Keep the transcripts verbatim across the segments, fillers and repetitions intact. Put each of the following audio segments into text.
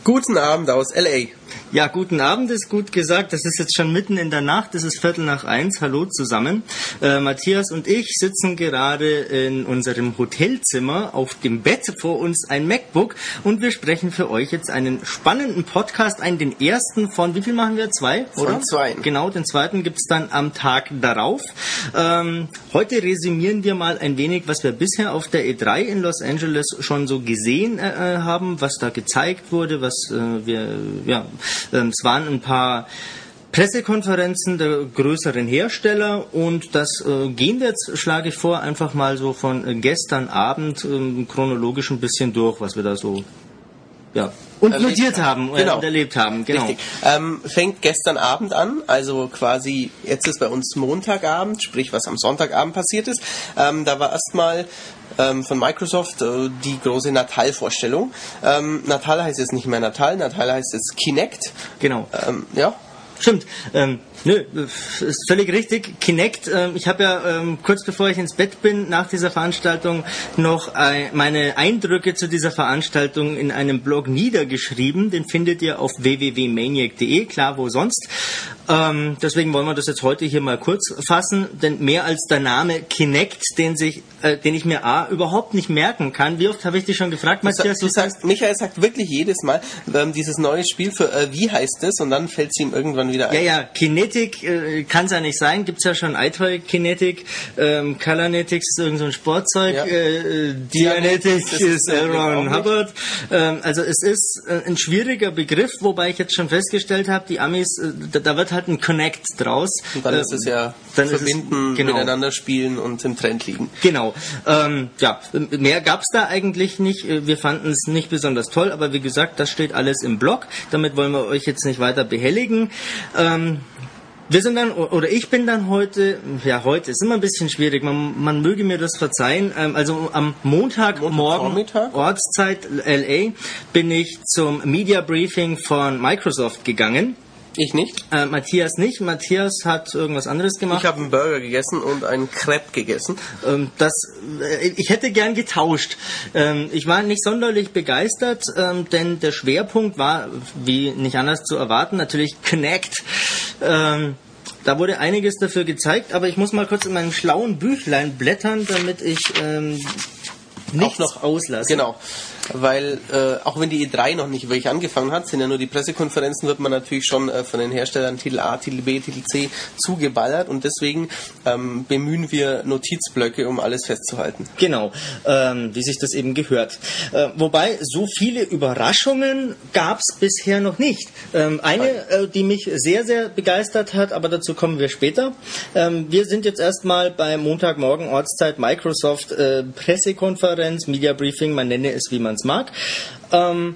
Guten Abend aus L A. Ja, guten Abend ist gut gesagt. Das ist jetzt schon mitten in der Nacht. Es ist Viertel nach eins. Hallo zusammen. Äh, Matthias und ich sitzen gerade in unserem Hotelzimmer auf dem Bett, vor uns ein MacBook, und wir sprechen für euch jetzt einen spannenden Podcast ein, den ersten von, wie viel machen wir? Zwei, oder? Von zwei. Genau, den zweiten gibt's dann am Tag darauf. Ähm, heute resümieren wir mal ein wenig, was wir bisher auf der E drei in Los Angeles schon so gesehen äh, haben, was da gezeigt wurde, was äh, wir, ja, äh, es waren ein paar Pressekonferenzen der größeren Hersteller, und das äh, gehen wir jetzt, schlage ich vor, einfach mal so von äh, gestern Abend äh, chronologisch ein bisschen durch, was wir da so ja, und erlebt notiert haben, haben äh, genau. und erlebt haben. Genau. Richtig. Ähm, fängt gestern Abend an, also quasi, jetzt ist bei uns Montagabend, sprich was am Sonntagabend passiert ist. Ähm, da war erstmal ähm, von Microsoft äh, die große Natal-Vorstellung. Ähm, Natal heißt jetzt nicht mehr Natal, Natal heißt jetzt Kinect. Genau. Ähm, ja. Stimmt. Ähm, nö, ist völlig richtig. Kinect, ähm, ich habe ja ähm, kurz bevor ich ins Bett bin, nach dieser Veranstaltung noch äh, meine Eindrücke zu dieser Veranstaltung in einem Blog niedergeschrieben. Den findet ihr auf w w w punkt maniac punkt d e, klar, wo sonst. Ähm, deswegen wollen wir das jetzt heute hier mal kurz fassen, denn mehr als der Name Kinect, den sich, äh, den ich mir A, überhaupt nicht merken kann. Wie oft habe ich dich schon gefragt, Matthias? Du sagst, Michael sagt wirklich jedes Mal, ähm, dieses neue Spiel für, äh, wie heißt es? Und dann fällt es ihm irgendwann wieder ein. Ja, ja, Kinetic äh, kann es ja nicht sein, gibt's ja schon iToy Kinetic, ähm, Colornetics ist irgend so ein Sportzeug, ja. äh, Dianetics ist L. Ron Hubbard. Ähm, also es ist äh, ein schwieriger Begriff, wobei ich jetzt schon festgestellt habe, die Amis, äh, da, da wird halt ein Connect draus. Und dann äh, ist es ja dann verbinden, es, genau. miteinander spielen und im Trend liegen. Genau. Ähm, ja, mehr gab's da eigentlich nicht. Wir fanden es nicht besonders toll, aber wie gesagt, das steht alles im Blog. Damit wollen wir euch jetzt nicht weiter behelligen. Ähm, wir sind dann, oder ich bin dann heute, ja heute, ist immer ein bisschen schwierig, man, man möge mir das verzeihen, ähm, also am Montagmorgen, Ortszeit L A, bin ich zum Media Briefing von Microsoft gegangen. Ich nicht. Äh, Matthias nicht. Matthias hat irgendwas anderes gemacht. Ich habe einen Burger gegessen und einen Crepe gegessen. Ähm, das, äh, ich hätte gern getauscht. Ähm, ich war nicht sonderlich begeistert, ähm, denn der Schwerpunkt war, wie nicht anders zu erwarten, natürlich Kinect. Ähm, da wurde einiges dafür gezeigt, aber ich muss mal kurz in meinem schlauen Büchlein blättern, damit ich ähm, nichts noch auslasse. Genau. Weil äh, auch wenn die E drei noch nicht wirklich angefangen hat, sind ja nur die Pressekonferenzen, wird man natürlich schon äh, von den Herstellern Titel A, Titel B, Titel C zugeballert, und deswegen ähm, bemühen wir Notizblöcke, um alles festzuhalten. Genau, ähm, wie sich das eben gehört. Äh, wobei, so viele Überraschungen gab es bisher noch nicht. Ähm, eine, äh, die mich sehr, sehr begeistert hat, aber dazu kommen wir später. Ähm, wir sind jetzt erstmal bei Montagmorgen Ortszeit Microsoft äh, Pressekonferenz, Media Briefing, man nenne es wie man es mag. Ähm,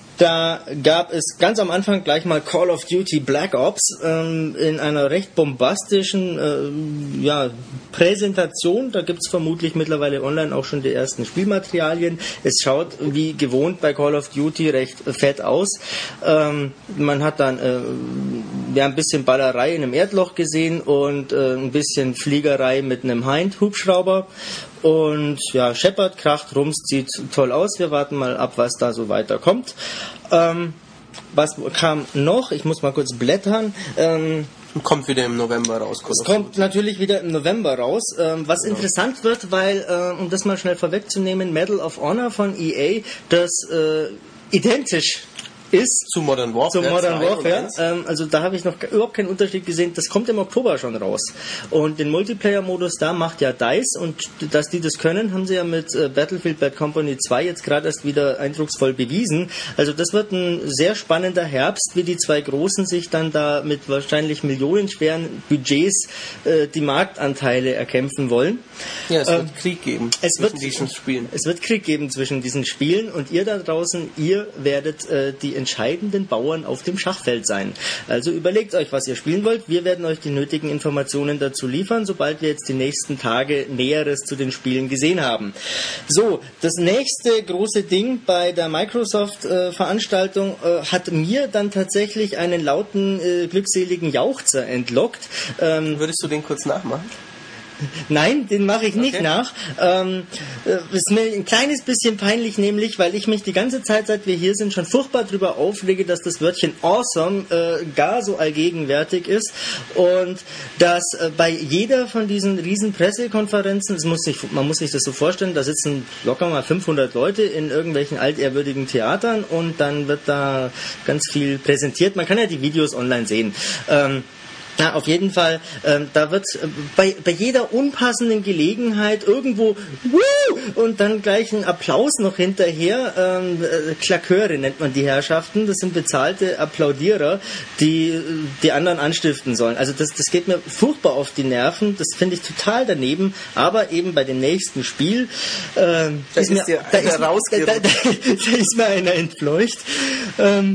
da gab es ganz am Anfang gleich mal Call of Duty Black Ops ähm, in einer recht bombastischen äh, ja, Präsentation. Da gibt es vermutlich mittlerweile online auch schon die ersten Spielmaterialien. Es schaut wie gewohnt bei Call of Duty recht fett aus. Ähm, man hat dann äh, ja, ein bisschen Ballerei in einem Erdloch gesehen und äh, ein bisschen Fliegerei mit einem Hind-Hubschrauber. Und ja, Shepard, kracht, rums, sieht toll aus. Wir warten mal ab, was da so weiterkommt. Ähm, was kam noch? Ich muss mal kurz blättern. Ähm, kommt wieder im November raus. Es kommt natürlich wieder im November raus. Ähm, was genau. interessant wird, weil, äh, um das mal schnell vorwegzunehmen, Medal of Honor von E A, das äh, identisch ist zu Modern Warfare. Zu Modern Warfare. Ähm, also da habe ich noch überhaupt keinen Unterschied gesehen. Das kommt im Oktober schon raus. Und den Multiplayer-Modus da macht ja DICE, und dass die das können, haben sie ja mit äh, Battlefield Bad Company zwei jetzt gerade erst wieder eindrucksvoll bewiesen. Also das wird ein sehr spannender Herbst, wie die zwei Großen sich dann da mit wahrscheinlich millionenschweren Budgets äh, die Marktanteile erkämpfen wollen. Ja, es ähm, wird Krieg geben es zwischen wird, diesen Spielen. Es wird Krieg geben zwischen diesen Spielen, und ihr da draußen, ihr werdet äh, die entscheidenden Bauern auf dem Schachfeld sein. Also überlegt euch, was ihr spielen wollt. Wir werden euch die nötigen Informationen dazu liefern, sobald wir jetzt die nächsten Tage Näheres zu den Spielen gesehen haben. So, das nächste große Ding bei der Microsoft-Veranstaltung äh, äh, hat mir dann tatsächlich einen lauten, äh, glückseligen Jauchzer entlockt. Ähm, Würdest du den kurz nachmachen? Nein, den mache ich nicht okay. nach. Ähm, äh, ist mir ein kleines bisschen peinlich, nämlich, weil ich mich die ganze Zeit, seit wir hier sind, schon furchtbar darüber aufrege, dass das Wörtchen awesome äh, gar so allgegenwärtig ist und dass äh, bei jeder von diesen riesen Pressekonferenzen, es muss sich, man muss sich das so vorstellen, da sitzen locker mal fünfhundert Leute in irgendwelchen altehrwürdigen Theatern und dann wird da ganz viel präsentiert. Man kann ja die Videos online sehen. Ähm, Ja, auf jeden Fall, ähm, da wird äh, bei, bei jeder unpassenden Gelegenheit irgendwo Woo! Und dann gleich ein Applaus noch hinterher. Ähm, äh, Klaköre nennt man die Herrschaften. Das sind bezahlte Applaudierer, die die anderen anstiften sollen. Also das, das geht mir furchtbar auf die Nerven. Das finde ich total daneben. Aber eben bei dem nächsten Spiel äh, da ist, ist, mir, dir da, einer ist, da, da, da ist mir einer entfleucht. Ähm,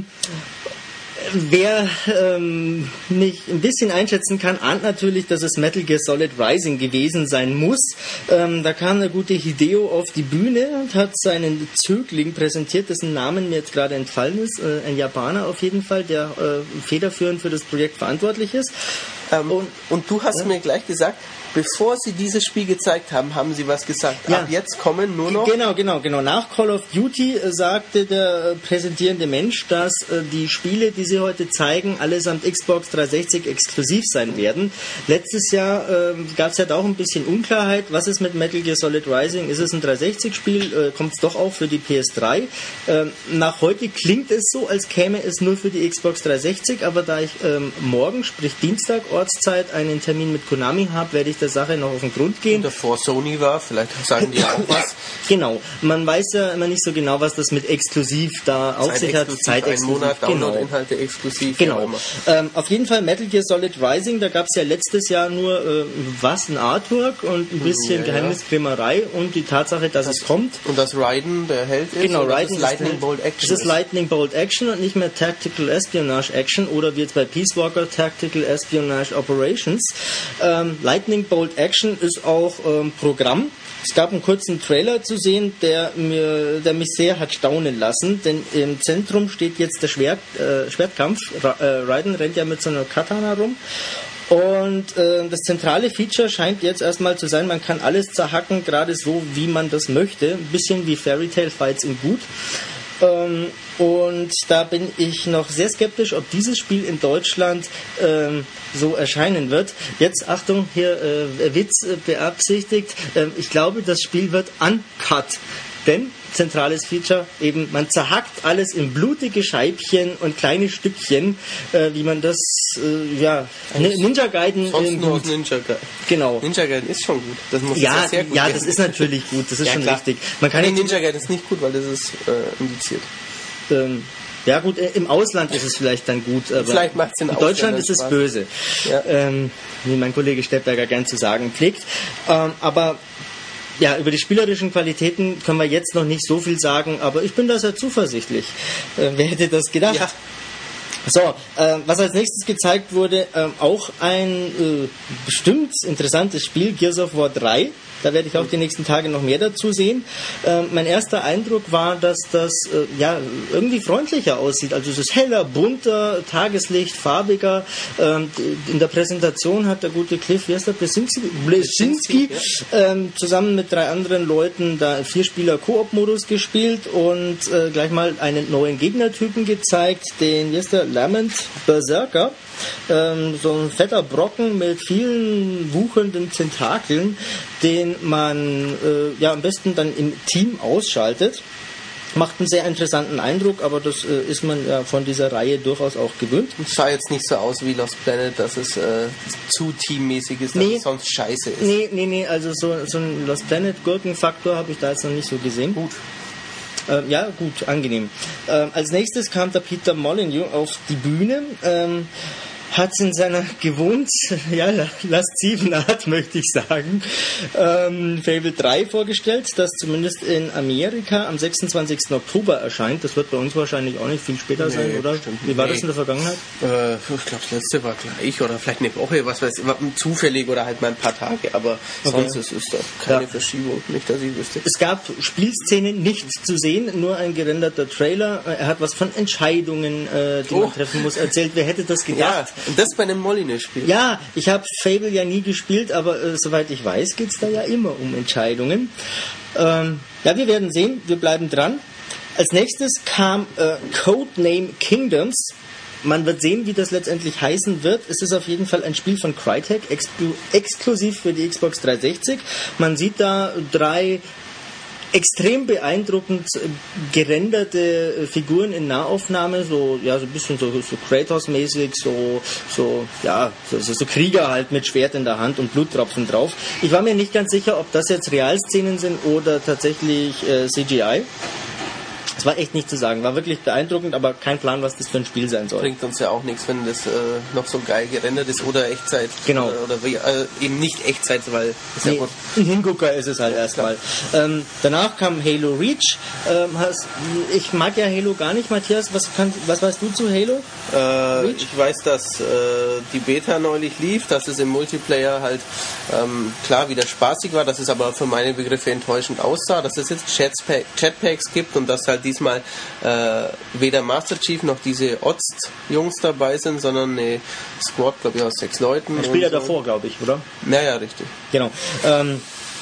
Wer ähm, mich ein bisschen einschätzen kann, ahnt natürlich, dass es Metal Gear Solid Rising gewesen sein muss. Ähm, da kam der gute Hideo auf die Bühne und hat seinen Zögling präsentiert, dessen Namen mir jetzt gerade entfallen ist. Äh, ein Japaner auf jeden Fall, der äh, federführend für das Projekt verantwortlich ist. Ähm, und, und du hast ja. mir gleich gesagt, bevor sie dieses Spiel gezeigt haben, haben sie was gesagt. Ja. Ab jetzt kommen nur noch... Genau, genau, genau. Nach Call of Duty äh, sagte der äh, präsentierende Mensch, dass äh, die Spiele, die sie heute zeigen, allesamt Xbox dreihundertsechzig exklusiv sein werden. Letztes Jahr äh, gab es ja da auch ein bisschen Unklarheit. Was ist mit Metal Gear Solid Rising? Ist es ein dreihundertsechzig-Spiel? Äh, Kommt es doch auch für die P S drei? Äh, nach heute klingt es so, als käme es nur für die Xbox dreihundertsechzig, aber da ich ähm, morgen, sprich Dienstag, Ortszeit, einen Termin mit Konami habe, werde ich der Sache noch auf den Grund gehen. Und davor Sony war, vielleicht sagen die auch was. Genau, man weiß ja immer nicht so genau, was das mit exklusiv da auf sich hat. Zeitexklusiv, ein Monat genau. Download-Inhalte exklusiv. Genau. Ähm, auf jeden Fall Metal Gear Solid Rising, da gab es ja letztes Jahr nur äh, was, ein Artwork und ein bisschen ja, Geheimniskrämerei und die Tatsache, dass das, es kommt. Und dass Raiden der Held ist. Genau, Raiden ist Lightning Bolt Action. Das ist Lightning Bolt Action und nicht mehr Tactical Espionage Action oder wie jetzt bei Peace Walker Tactical Espionage Operations. Ähm, Lightning Bolt Action ist auch ähm, Programm. Es gab einen kurzen Trailer zu sehen, der mir, der mich sehr hat staunen lassen, denn im Zentrum steht jetzt der Schwert, äh, Schwertkampf. Ra- äh, Raiden rennt ja mit so einer Katana rum. Und äh, das zentrale Feature scheint jetzt erstmal zu sein, man kann alles zerhacken, gerade so, wie man das möchte. Ein bisschen wie Fairy Tail Fights in gut. Ähm, und da bin ich noch sehr skeptisch, ob dieses Spiel in Deutschland ähm, so erscheinen wird. Jetzt, Achtung, hier äh, Witz äh, beabsichtigt. Ähm, ich glaube, das Spiel wird uncut. Denn, zentrales Feature, eben, man zerhackt alles in blutige Scheibchen und kleine Stückchen, äh, wie man das, äh, ja, Ninja Gaiden... Sonst in nur gut. aus Ninja Gaiden. Genau. Ninja Gaiden ist schon gut. Das muss ja, sehr gut ja, werden. das ist natürlich gut, das ist ja, schon klar. richtig. Man kann nee, nicht Ninja Gaiden ist nicht gut, weil das ist äh, indiziert. Ähm, ja gut, äh, im Ausland ist es vielleicht dann gut, aber vielleicht macht's in in Deutschland ist es Spaß. böse, Ja. ähm, wie mein Kollege Steppberger gern zu sagen pflegt. Ähm, aber ja, über die spielerischen Qualitäten können wir jetzt noch nicht so viel sagen, aber ich bin da sehr zuversichtlich. Äh, wer hätte das gedacht? Ja. So, äh, was als nächstes gezeigt wurde, äh, auch ein äh, bestimmt interessantes Spiel, Gears of War drei. Da werde ich auch die nächsten Tage noch mehr dazu sehen. Äh, mein erster Eindruck war, dass das äh, ja irgendwie freundlicher aussieht. Also es ist heller, bunter, Tageslicht, farbiger. Ähm, in der Präsentation hat der gute Cliff, wie heißt der, Blesinski, Blesinski ja. ähm, zusammen mit drei anderen Leuten da Vier-Spieler-Koop-Modus gespielt und äh, gleich mal einen neuen Gegnertypen gezeigt, den, wie heißt der, Lament Berserker. Ähm, so ein fetter Brocken mit vielen wuchernden Tentakeln, den man äh, ja am besten dann im Team ausschaltet. Macht einen sehr interessanten Eindruck, aber das äh, ist man ja von dieser Reihe durchaus auch gewöhnt. Es sah jetzt nicht so aus wie Lost Planet, dass es äh, zu teammäßig ist, dass nee, es sonst scheiße ist. Nee, nee, nee, also so, so ein Lost Planet Gurkenfaktor habe ich da jetzt noch nicht so gesehen. Gut. Ähm, ja, gut, angenehm. Ähm, als nächstes kam der Peter Molyneux auf die Bühne. Ähm, hat es in seiner gewohnt, ja, lasziven Art, möchte ich sagen, ähm, Fable drei vorgestellt, das zumindest in Amerika am sechsundzwanzigsten Oktober erscheint. Das wird bei uns wahrscheinlich auch nicht viel später nee, sein, oder? Stimmt. Wie war nee. das in der Vergangenheit? Äh, ich glaube, das letzte war gleich oder vielleicht eine Woche, was weiß ich, zufällig oder halt mal ein paar Tage, aber okay. sonst ist, ist da keine ja. Verschiebung, nicht, dass ich wüsste. Es gab Spielszenen nicht zu sehen, nur ein gerenderter Trailer. Er hat was von Entscheidungen, äh, die oh. man treffen muss, erzählt. Wer hätte das gedacht? Und das bei einem Molyneux-Spiel? Ja, ich habe Fable ja nie gespielt, aber äh, soweit ich weiß, geht es da ja immer um Entscheidungen. Ähm, ja, wir werden sehen, wir bleiben dran. Als nächstes kam äh, Codename Kingdoms. Man wird sehen, wie das letztendlich heißen wird. Es ist auf jeden Fall ein Spiel von Crytek, exklu- exklusiv für die Xbox dreihundertsechzig. Man sieht da drei extrem beeindruckend gerenderte Figuren in Nahaufnahme, so ja so ein bisschen so, so Kratos-mäßig, so so ja so, so Krieger halt mit Schwert in der Hand und Bluttropfen drauf. Ich war mir nicht ganz sicher, ob das jetzt Realszenen sind oder tatsächlich äh, C G I. Es war echt nicht zu sagen, war wirklich beeindruckend, aber kein Plan, was das für ein Spiel sein soll. Bringt uns ja auch nichts, wenn das äh, noch so geil gerendert ist oder Echtzeit. Genau. Oder, oder äh, eben nicht Echtzeit, weil ist nee, ja ein Hingucker ist es halt ja, erstmal. Ähm, danach kam Halo Reach. Ähm, hast, ich mag ja Halo gar nicht, Matthias. Was, kann, was weißt du zu Halo? Äh, ich weiß, dass äh, die Beta neulich lief, dass es im Multiplayer halt ähm, klar wieder spaßig war, dass es aber für meine Begriffe enttäuschend aussah, dass es jetzt Chatpack, Chatpacks gibt und dass halt diesmal äh, weder Master Chief noch diese Ozt-Jungs dabei sind, sondern eine Squad, glaube ich, aus sechs Leuten. Er spielt ja so. davor, glaube ich, oder? Naja, richtig. Genau. Ähm,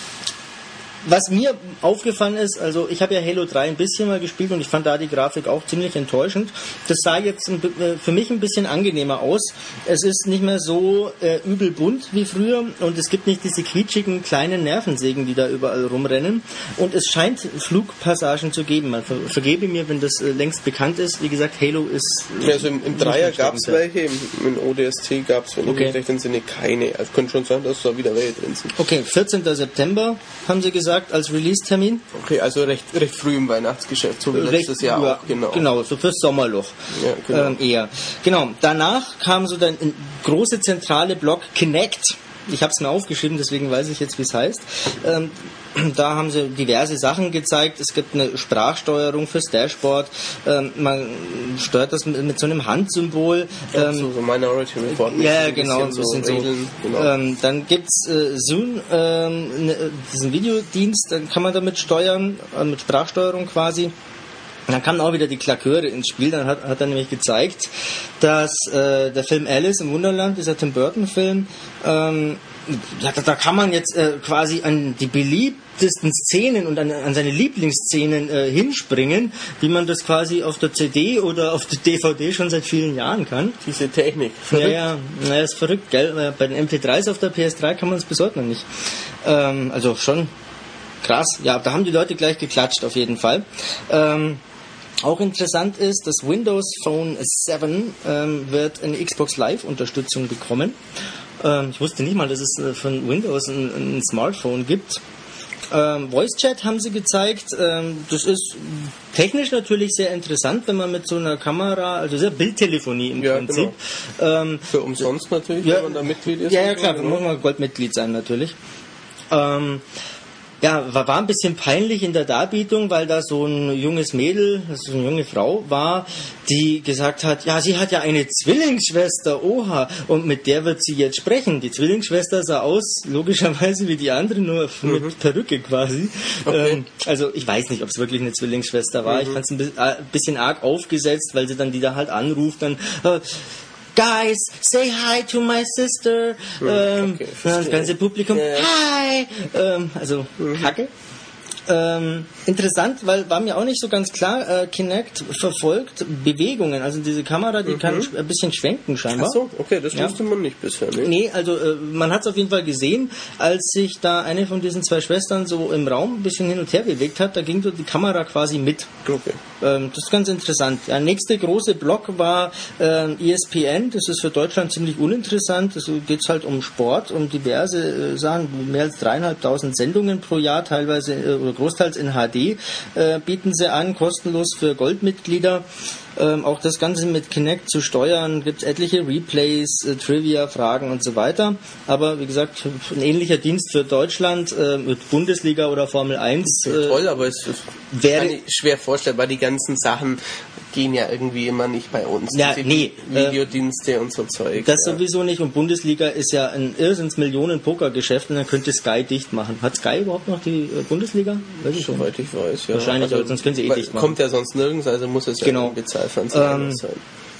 was mir aufgefallen ist, also ich habe ja Halo drei ein bisschen mal gespielt und ich fand da die Grafik auch ziemlich enttäuschend. Das sah jetzt ein, für mich ein bisschen angenehmer aus. Es ist nicht mehr so äh, übel bunt wie früher und es gibt nicht diese quietschigen kleinen Nervensägen, die da überall rumrennen. Und es scheint Flugpassagen zu geben. Man ver vergebe mir, wenn das äh, längst bekannt ist. Wie gesagt, Halo ist... Äh, also im, im Dreier gab es welche, im, im O D S T gab es, wenn okay. ich mich recht entsinne, keine. Also könnte schon sein, dass da wieder welche drin sind. Okay, vierzehnten September haben sie gesagt, als Release-Termin. Okay, also recht, recht früh im Weihnachtsgeschäft, so wie recht, letztes Jahr ja, auch, genau. Genau, so fürs Sommerloch. Ja, genau. Ähm, eher. Genau, danach kam so der große zentrale Block Kinect. Ich habe es mir aufgeschrieben, deswegen weiß ich jetzt, wie es heißt. Ähm, da haben sie diverse Sachen gezeigt. Es gibt eine Sprachsteuerung fürs Dashboard. Ähm, man steuert das mit, mit so einem Handsymbol. Ja, ähm, so, so Minority Report. Ja, genau. Ein bisschen so. Regeln, genau. Ähm, dann gibt's äh, Zoom, ähm, ne, diesen Videodienst. Dann kann man damit steuern, äh, mit Sprachsteuerung quasi. Und dann kamen auch wieder die Klaköre ins Spiel. Dann hat, hat er nämlich gezeigt, dass äh, der Film Alice im Wunderland, dieser Tim Burton-Film, ähm, da, da kann man jetzt äh, quasi an die beliebtesten Szenen und an, an seine Lieblingsszenen äh, hinspringen, wie man das quasi auf der C D oder auf der D V D schon seit vielen Jahren kann. Diese Technik. Verrückt. Ja, ja, ja, ist verrückt, gell? Bei den M P drei s auf der P S drei kann man es bis heute noch nicht. Ähm, also schon krass. Ja, da haben die Leute gleich geklatscht, auf jeden Fall. Ähm, Auch interessant ist, dass Windows Phone sieben ähm, wird eine Xbox Live Unterstützung bekommen. Ähm, ich wusste nicht mal, dass es äh, von Windows ein, ein Smartphone gibt. Ähm, Voice Chat haben sie gezeigt. Ähm, das ist technisch natürlich sehr interessant, wenn man mit so einer Kamera, also sehr Bildtelefonie im ja, Prinzip. Genau. Ähm, Für umsonst natürlich, ja, wenn man da Mitglied ist. Ja, ja klar, man muss mal Goldmitglied sein natürlich. Ähm, Ja, war, war ein bisschen peinlich in der Darbietung, weil da so ein junges Mädel, also eine junge Frau war, die gesagt hat, ja, sie hat ja eine Zwillingsschwester, oha, und mit der wird sie jetzt sprechen. Die Zwillingsschwester sah aus, logischerweise wie die andere, nur mhm. mit Perücke quasi. Okay. Ähm, also ich weiß nicht, ob es wirklich eine Zwillingsschwester war. Mhm. Ich fand es ein bisschen arg aufgesetzt, weil sie dann die da halt anruft, dann... Äh, Guys, say hi to my sister. Mhm, ähm, okay, das ganze Publikum, ja. Hi. Ähm, also mhm. Kacke. Ähm, interessant, weil war mir auch nicht so ganz klar, äh, Kinect verfolgt Bewegungen, also diese Kamera, die mhm. kann ein bisschen schwenken scheinbar. Ach so, okay, das ja. wusste man nicht bisher. Ne? Nee, also äh, man hat es auf jeden Fall gesehen, als sich da eine von diesen zwei Schwestern so im Raum ein bisschen hin und her bewegt hat, da ging so die Kamera quasi mit. Okay. Ähm, das ist ganz interessant. Der nächste große Block war äh, E S P N, das ist für Deutschland ziemlich uninteressant, also geht es halt um Sport, um diverse äh, Sachen, mehr als dreieinhalbtausend Sendungen pro Jahr, teilweise äh, oder großteils in H D äh, bieten sie an, kostenlos für Goldmitglieder. Ähm, auch das Ganze mit Kinect zu steuern, gibt es etliche Replays, äh, Trivia, Fragen und so weiter. Aber wie gesagt, ein ähnlicher Dienst für Deutschland äh, mit Bundesliga oder Formel eins. Äh, toll, aber es wäre schwer vorstellbar, die ganzen Sachen gehen ja irgendwie immer nicht bei uns. Ja, nee. Videodienste äh, und so Zeug. Das ja. sowieso nicht. Und Bundesliga ist ja ein irrsinns Millionen-Pokergeschäft und dann könnte Sky dicht machen. Hat Sky überhaupt noch die äh, Bundesliga? Weiß ich Soweit ich weiß, ja. Wahrscheinlich, also, aber sonst können sie eh dicht machen. Kommt ja sonst nirgends, also muss es genau. ja Bezahlfernsehen ähm, sein.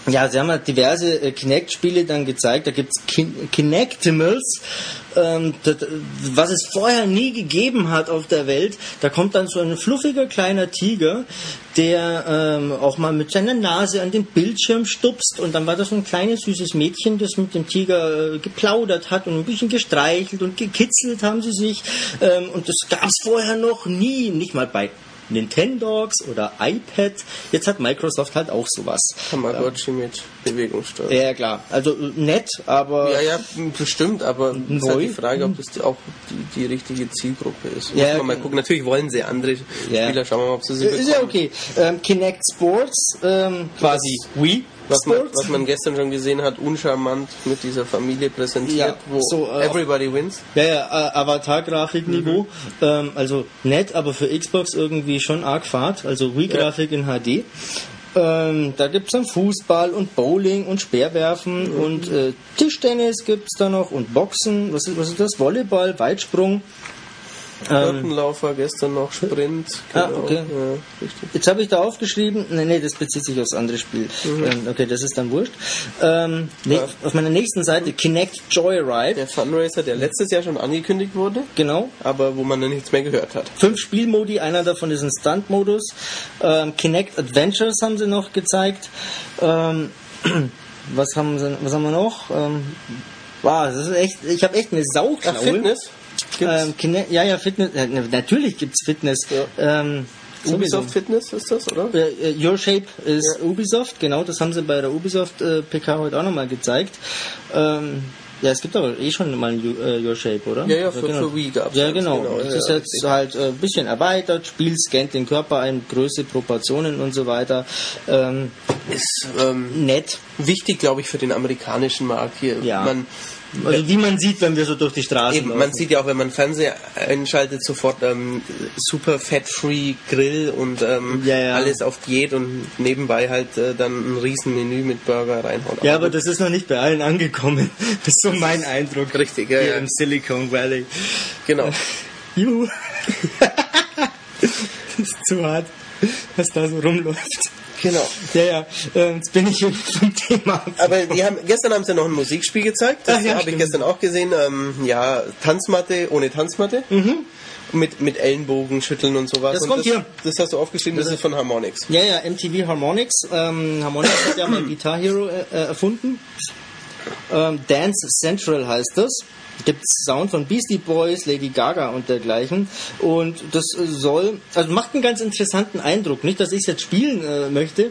Ja, sie haben halt diverse äh, Kinect-Spiele dann gezeigt. Da gibt's Kin- Kinectimals, ähm, das, was es vorher nie gegeben hat auf der Welt. Da kommt dann so ein fluffiger kleiner Tiger, der ähm, auch mal mit seiner Nase an den Bildschirm stupst. Und dann war das so ein kleines, süßes Mädchen, das mit dem Tiger äh, geplaudert hat und ein bisschen gestreichelt und gekitzelt haben sie sich. Ähm, und das gab's vorher noch nie, nicht mal bei Nintendogs oder iPad. Jetzt hat Microsoft halt auch sowas. Tamagotchi ähm, mit Bewegungssteuerung. Ja, klar. Also nett, aber... Ja, ja, bestimmt, aber es ist halt die Frage, ob das auch die, die richtige Zielgruppe ist. Muss ja, man mal gucken. Natürlich wollen sie andere ja. Spieler. Schauen wir mal, ob sie sie bekommen. Ist ja okay. Ähm, Kinect Sports, ähm, quasi Wii. Was man, was man gestern schon gesehen hat, uncharmant mit dieser Familie präsentiert, ja, wo so, äh, everybody wins. Ja, ja, äh, Avatar-Grafikniveau. Mhm. Ähm, also nett, aber für Xbox irgendwie schon arg fad. Also Wii-Grafik ja. in H D. Ähm, da gibt es dann Fußball und Bowling und Speerwerfen mhm. und äh, Tischtennis gibt es da noch und Boxen. Was ist, was ist das? Volleyball, Weitsprung. Hürdenlaufer, ähm, gestern noch Sprint. Genau. Ah, okay. Ja, jetzt habe ich da aufgeschrieben, nee, nee, das bezieht sich aufs andere Spiel. Mhm. Ähm, okay, das ist dann wurscht. Ähm, nee, ja. Auf meiner nächsten Seite Kinect Joyride. Der Funracer, der letztes Jahr schon angekündigt wurde. Genau. Aber wo man noch nichts mehr gehört hat. Fünf Spielmodi, einer davon ist ein Stunt-Modus. Ähm, Kinect Adventures haben sie noch gezeigt. Ähm, was, haben sie, was haben wir noch? Ähm, wow, das ist echt, ich habe echt eine Sauklaue. Ach, Fitness? Ähm, Kine- ja, ja, Fitness. Äh, natürlich gibt's Fitness. Ja. Ähm, Ubisoft Fitness ist das, oder? Äh, Your Shape ist ja. Ubisoft, genau, das haben sie bei der Ubisoft äh, P K heute auch nochmal gezeigt. Ähm, ja, es gibt aber eh schon mal ein uh, Your Shape, oder? Ja, ja, für, genau. für Wii gab's Ja, genau. genau. Das ja, ist jetzt richtig. Halt ein äh, bisschen erweitert, Spiel scannt den Körper ein, Größe, Proportionen und so weiter. Ähm, ist ähm, nett. Wichtig, glaube ich, für den amerikanischen Markt hier. Ja. Man, Also wie man sieht, wenn wir so durch die Straßen Eben, laufen. man sieht ja auch, wenn man Fernseher einschaltet, sofort ähm, super fat-free Grill und ähm, ja, ja. alles auf Diät und nebenbei halt äh, dann ein Riesenmenü mit Burger reinhauen. Ja, aber das ist noch nicht bei allen angekommen. Das ist so mein Eindruck. Richtig, ja, hier ja. im Silicon Valley. Genau. Juhu. Das ist zu hart, was da so rumläuft. Genau. Ja, ja, äh, jetzt bin ich vom Thema. Aber die haben, gestern haben sie noch ein Musikspiel gezeigt, das ja, habe ich gestern auch gesehen. Ähm, ja, Tanzmatte ohne Tanzmatte. Mhm. Mit, mit Ellenbogen schütteln und sowas. Das und kommt das, hier. Das hast du aufgeschrieben, das, das ist von Harmonix. Ja, ja, M T V Harmonix. Ähm, Harmonix hat ja mal Guitar Hero äh, erfunden. Ähm, Dance Central heißt das. Gibt Sound von Beastie Boys, Lady Gaga und dergleichen. Und das soll, also macht einen ganz interessanten Eindruck. Nicht, dass ich es jetzt spielen äh, möchte,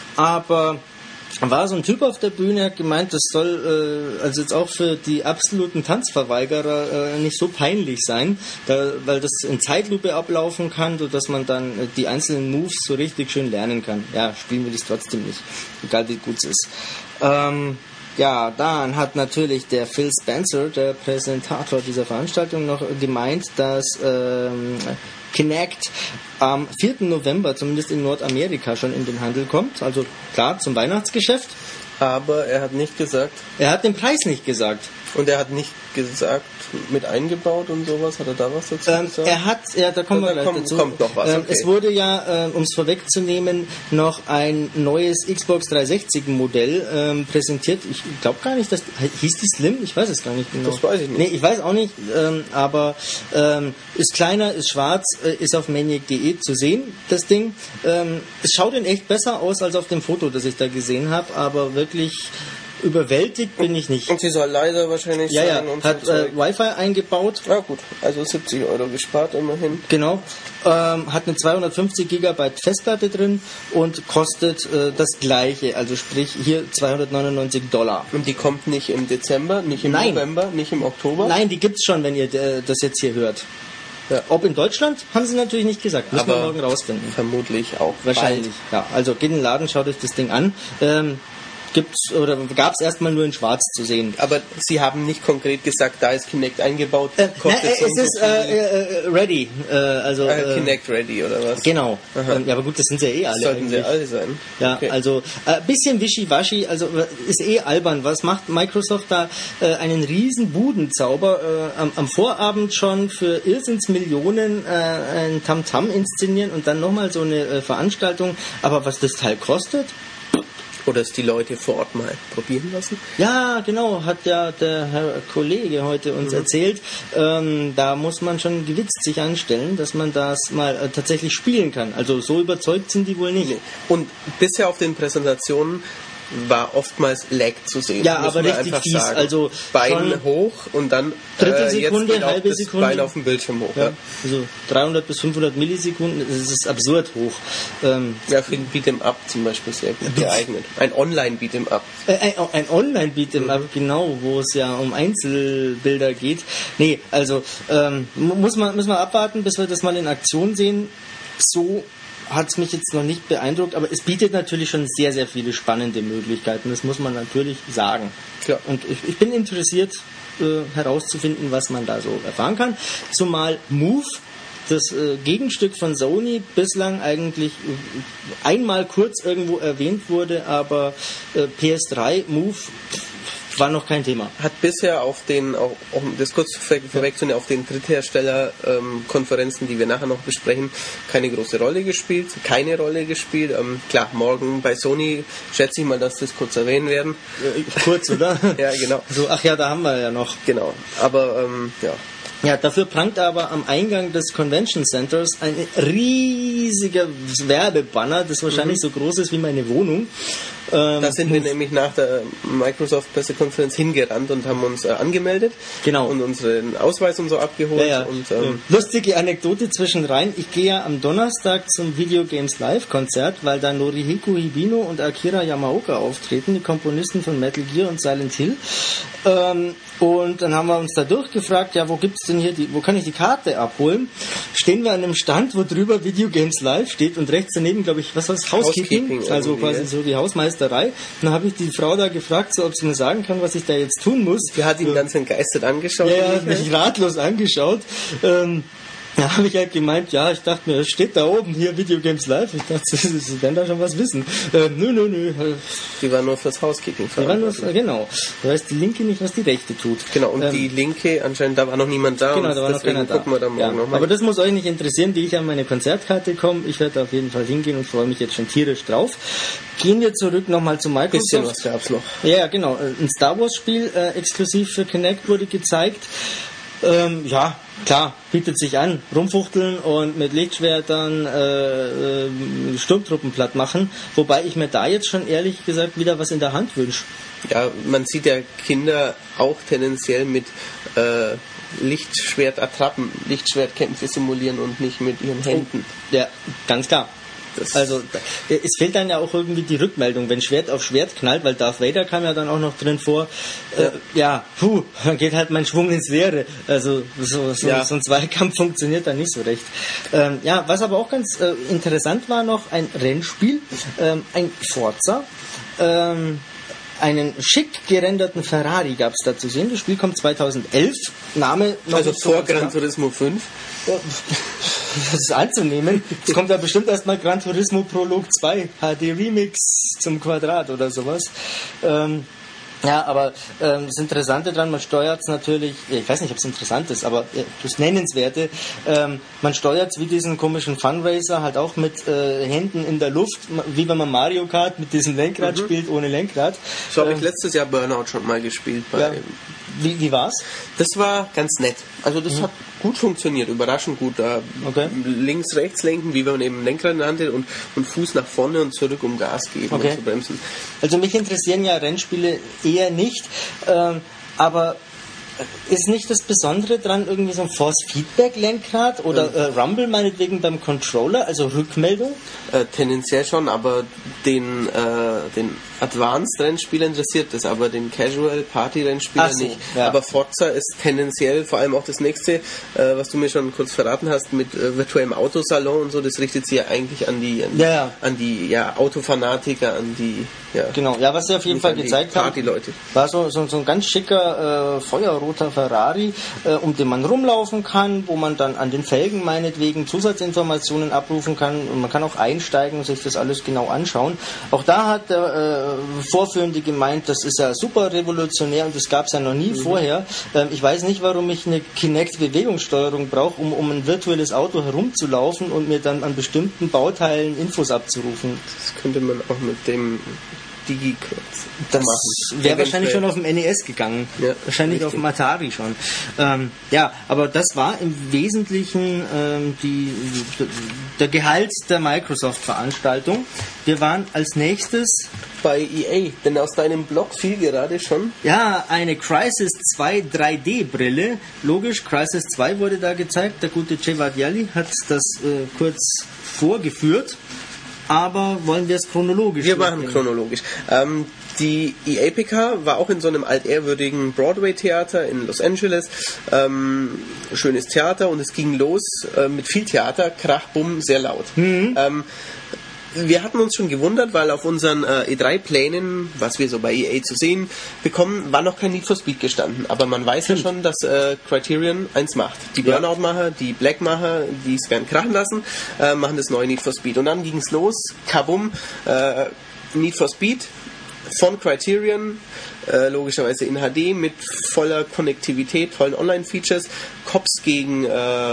aber war so ein Typ auf der Bühne, hat gemeint, das soll äh, also jetzt auch für die absoluten Tanzverweigerer äh, nicht so peinlich sein, da, weil das in Zeitlupe ablaufen kann, sodass man dann äh, die einzelnen Moves so richtig schön lernen kann. Ja, spielen will ich es trotzdem nicht, egal wie gut es ist. Ähm, Ja, dann hat natürlich der Phil Spencer, der Präsentator dieser Veranstaltung, noch gemeint, dass ähm, Kinect am vierten November, zumindest in Nordamerika, schon in den Handel kommt. Also klar, zum Weihnachtsgeschäft. Aber er hat nicht gesagt. Er hat den Preis nicht gesagt. Und er hat nicht gesagt, mit eingebaut und sowas, hat er da was dazu ähm, gesagt? Er hat, ja, da kommen da wir gleich kommt, dazu. Kommt noch was, ähm, okay. Es wurde ja, äh, um es vorwegzunehmen, noch ein neues Xbox dreihundertsechzig Modell ähm, präsentiert. Ich glaube gar nicht, dass hieß die Slim? Ich weiß es gar nicht genau. Das weiß ich nicht. Nee, ich weiß auch nicht, ähm, aber ähm, ist kleiner, ist schwarz, äh, ist auf maniac punkt de zu sehen, das Ding. Ähm, es schaut in echt besser aus als auf dem Foto, das ich da gesehen habe, aber wirklich überwältigt bin ich nicht. Und sie soll leider wahrscheinlich ja, sein. Ja, und hat so äh, Wi-Fi eingebaut. Ja gut, also siebzig Euro gespart immerhin. Genau. Ähm, hat eine zweihundertfünfzig Gigabyte Festplatte drin und kostet äh, das gleiche, also sprich hier zweihundertneunundneunzig Dollar. Und die kommt nicht im Dezember, nicht im Nein. November, nicht im Oktober? Nein, die gibt's schon, wenn ihr äh, das jetzt hier hört. Ja. Ob in Deutschland, haben sie natürlich nicht gesagt. Müssen Aber wir morgen rausfinden. Vermutlich auch. Wahrscheinlich. Bald. Ja, also geht in den Laden, schaut euch das Ding an. Ähm, Gibt's oder gab es erstmal nur in Schwarz zu sehen. Aber Sie haben nicht konkret gesagt, da ist Kinect eingebaut. Äh, na, äh, es ist äh, äh, ready. Äh, also äh, Kinect ready oder was? Genau. Ähm, ja, aber gut, das sind ja eh alle. Sollten eigentlich. sie alle sein. Ja, okay. also ein äh, bisschen wischiwaschi, also ist eh albern. Was macht Microsoft da? Äh, einen riesen Budenzauber äh, am, am Vorabend schon für Irrsinnsmillionen äh, ein Tamtam inszenieren und dann nochmal so eine äh, Veranstaltung. Aber was das Teil kostet? Oder es die Leute vor Ort mal probieren lassen? Ja, genau, hat ja der Herr Kollege heute uns mhm. erzählt. Ähm, da muss man schon gewitzt sich anstellen, dass man das mal äh, tatsächlich spielen kann. Also so überzeugt sind die wohl nicht. Nee. Und bisher auf den Präsentationen war oftmals Lag zu sehen. Ja, aber richtig fies. Sagen. Also Bein hoch und dann Drittelsekunde, äh, jetzt halbe das Sekunde. Bein auf dem Bildschirm hoch. Ja. Ja. Also dreihundert bis fünfhundert Millisekunden, das ist absurd hoch. Ähm, ja, für ein Beat'em Up zum Beispiel sehr gut geeignet. Ein Online-Beat'em Up. Äh, ein ein Online-Beat'em Up, mhm. genau, wo es ja um Einzelbilder geht. Nee, also ähm, muss man, müssen wir abwarten, bis wir das mal in Aktion sehen. So hat es mich jetzt noch nicht beeindruckt, aber es bietet natürlich schon sehr, sehr viele spannende Möglichkeiten. Das muss man natürlich sagen. Klar. Und ich, ich bin interessiert, äh, herauszufinden, was man da so erfahren kann. Zumal Move, das äh, Gegenstück von Sony, bislang eigentlich äh, einmal kurz irgendwo erwähnt wurde, aber äh, P S drei Move war noch kein Thema. Hat bisher auf den, auch, auch das kurz vorwegzunehmen, auf den Dritthersteller-Konferenzen, ähm, die wir nachher noch besprechen, keine große Rolle gespielt, keine Rolle gespielt. Ähm, klar, morgen bei Sony schätze ich mal, dass wir das kurz erwähnen werden. Äh, kurz, oder? Ja, genau. So, ach ja, da haben wir ja noch. Genau, aber ähm, ja. Ja, dafür prangt aber am Eingang des Convention Centers ein riesiger Werbebanner, das wahrscheinlich mhm. so groß ist wie meine Wohnung. Ähm, da sind wir nämlich nach der Microsoft-Pressekonferenz hingerannt und haben uns äh, angemeldet. Genau. Und unseren Ausweis und so abgeholt. Ja, ja. Und, ähm, lustige Anekdote zwischenrein. Ich gehe ja am Donnerstag zum Video Games Live Konzert, weil da Norihiko Hibino und Akira Yamaoka auftreten, die Komponisten von Metal Gear und Silent Hill. Ähm, und dann haben wir uns da durchgefragt, ja, wo gibt's denn hier die, wo kann ich die Karte abholen? Stehen wir an einem Stand, wo drüber Video Games Live steht und rechts daneben, glaube ich, was war das? Housekeeping, Housekeeping also quasi ja. so die Hausmeisterei. Dann habe ich die Frau da gefragt, so, ob sie mir sagen kann, was ich da jetzt tun muss. Die hat ihn äh, ganz entgeistert angeschaut. Ja, hat mich ratlos angeschaut. Ähm, Da habe ich halt gemeint, ja, ich dachte mir, es steht da oben hier Video Games Live. Ich dachte, sie werden da schon was wissen. Äh, nö, nö, nö. Die war nur fürs Housekeeping. Die war nur für, genau. Da weiß die Linke nicht, was die Rechte tut. Genau, und ähm, die Linke, anscheinend, da war noch niemand da. Genau, da war noch keiner da. Wir da morgen ja, noch mal. Aber das muss euch nicht interessieren, wie ich an meine Konzertkarte komme. Ich werde auf jeden Fall hingehen und freue mich jetzt schon tierisch drauf. Gehen wir zurück nochmal zu Microsoft. Bisschen was gab's noch. Ja, genau. Ein Star Wars Spiel äh, exklusiv für Kinect wurde gezeigt. Ähm, ja, klar, bietet sich an, rumfuchteln und mit Lichtschwertern äh, äh, Sturmtruppen platt machen, wobei ich mir da jetzt schon ehrlich gesagt wieder was in der Hand wünsche. Ja, man sieht ja Kinder auch tendenziell mit äh, Lichtschwertattrappen, Lichtschwertkämpfe simulieren und nicht mit ihren Händen. Oh, ja, ganz klar. Das also es fehlt dann ja auch irgendwie die Rückmeldung, wenn Schwert auf Schwert knallt, weil Darth Vader kam ja dann auch noch drin vor. Äh, ja, puh, dann geht halt mein Schwung ins Leere. Also so, so, ja. so ein Zweikampf funktioniert dann nicht so recht. Ähm, ja, was aber auch ganz äh, interessant war noch, ein Rennspiel, ähm, ein Forza. Ähm, einen schick gerenderten Ferrari gab es da zu sehen. Das Spiel kommt zweitausendelf. Name noch also vor Gran Turismo fünf. Das ist anzunehmen. Es kommt ja bestimmt erstmal Gran Turismo Prolog zwei, H D Remix zum Quadrat oder sowas. Ähm, ja, aber ähm, das Interessante dran, man steuert es natürlich, ich weiß nicht, ob es interessant ist, aber äh, das Nennenswerte, ähm, man steuert es wie diesen komischen Funracer halt auch mit äh, Händen in der Luft, wie wenn man Mario Kart mit diesem Lenkrad mhm. spielt, ohne Lenkrad. So habe ähm, ich letztes Jahr Burnout schon mal gespielt. Bei ja. Wie, wie war's? Das war ganz nett. Also das mhm. hat gut funktioniert, überraschend gut. Da okay. links, rechts lenken, wie wenn man eben Lenkrad nannte und, und Fuß nach vorne und zurück, um Gas geben okay. und zu bremsen. Also mich interessieren ja Rennspiele eher nicht, ähm, aber ist nicht das Besondere dran irgendwie so ein Force-Feedback-Lenkrad oder äh, Rumble meinetwegen beim Controller, also Rückmeldung? Äh, tendenziell schon, aber den, äh, den Advanced-Rennspieler interessiert das, aber den Casual-Party-Rennspieler so, nicht. Ja. Aber Forza ist tendenziell, vor allem auch das nächste, äh, was du mir schon kurz verraten hast, mit äh, virtuellem Autosalon und so, das richtet sich ja eigentlich an die, an, ja, ja. an die ja, Autofanatiker, an die ja, genau, ja, was sie auf jeden Fall gezeigt haben, war so, so, so ein ganz schicker äh, feuerroter Ferrari, äh, um den man rumlaufen kann, wo man dann an den Felgen meinetwegen Zusatzinformationen abrufen kann und man kann auch einsteigen und sich das alles genau anschauen. Auch da hat der äh, Vorführende gemeint, das ist ja super revolutionär und das gab es ja noch nie mhm. vorher. Ähm, ich weiß nicht, warum ich eine Kinect-Bewegungssteuerung brauche, um, um ein virtuelles Auto herumzulaufen und mir dann an bestimmten Bauteilen Infos abzurufen. Das könnte man auch mit dem Digi-Codes Das machen. wäre wahrscheinlich schon auf dem N E S gegangen. Ja, wahrscheinlich richtig. auf dem Atari schon. Ähm, ja, aber das war im Wesentlichen ähm, die, der Gehalt der Microsoft-Veranstaltung. Wir waren als nächstes Bei E A, denn aus deinem Blog fiel gerade schon. ja eine Crysis zwei drei D-Brille. Logisch, Crysis zwei wurde da gezeigt. Der gute Cevat Jelly hat das äh, kurz vorgeführt. Aber wollen wir es chronologisch Wir machen durchgehen? chronologisch. Ähm, die E A P K war auch in so einem altehrwürdigen Broadway-Theater in Los Angeles. Ähm, schönes Theater und es ging los äh, mit viel Theater, Krach, Bumm, sehr laut. Mhm. Ähm, wir hatten uns schon gewundert, weil auf unseren äh, E drei Plänen, was wir so bei E A zu sehen bekommen, war noch kein Need for Speed gestanden. Aber man weiß ja schon, dass äh, Criterion eins macht. Die Ja. Burnout-Macher, die Black-Macher, die es werden krachen lassen, äh, machen das neue Need for Speed. Und dann ging es los, kabum, äh, Need for Speed von Criterion, äh, logischerweise in H D mit voller Konnektivität, tollen Online-Features, Cops gegen äh,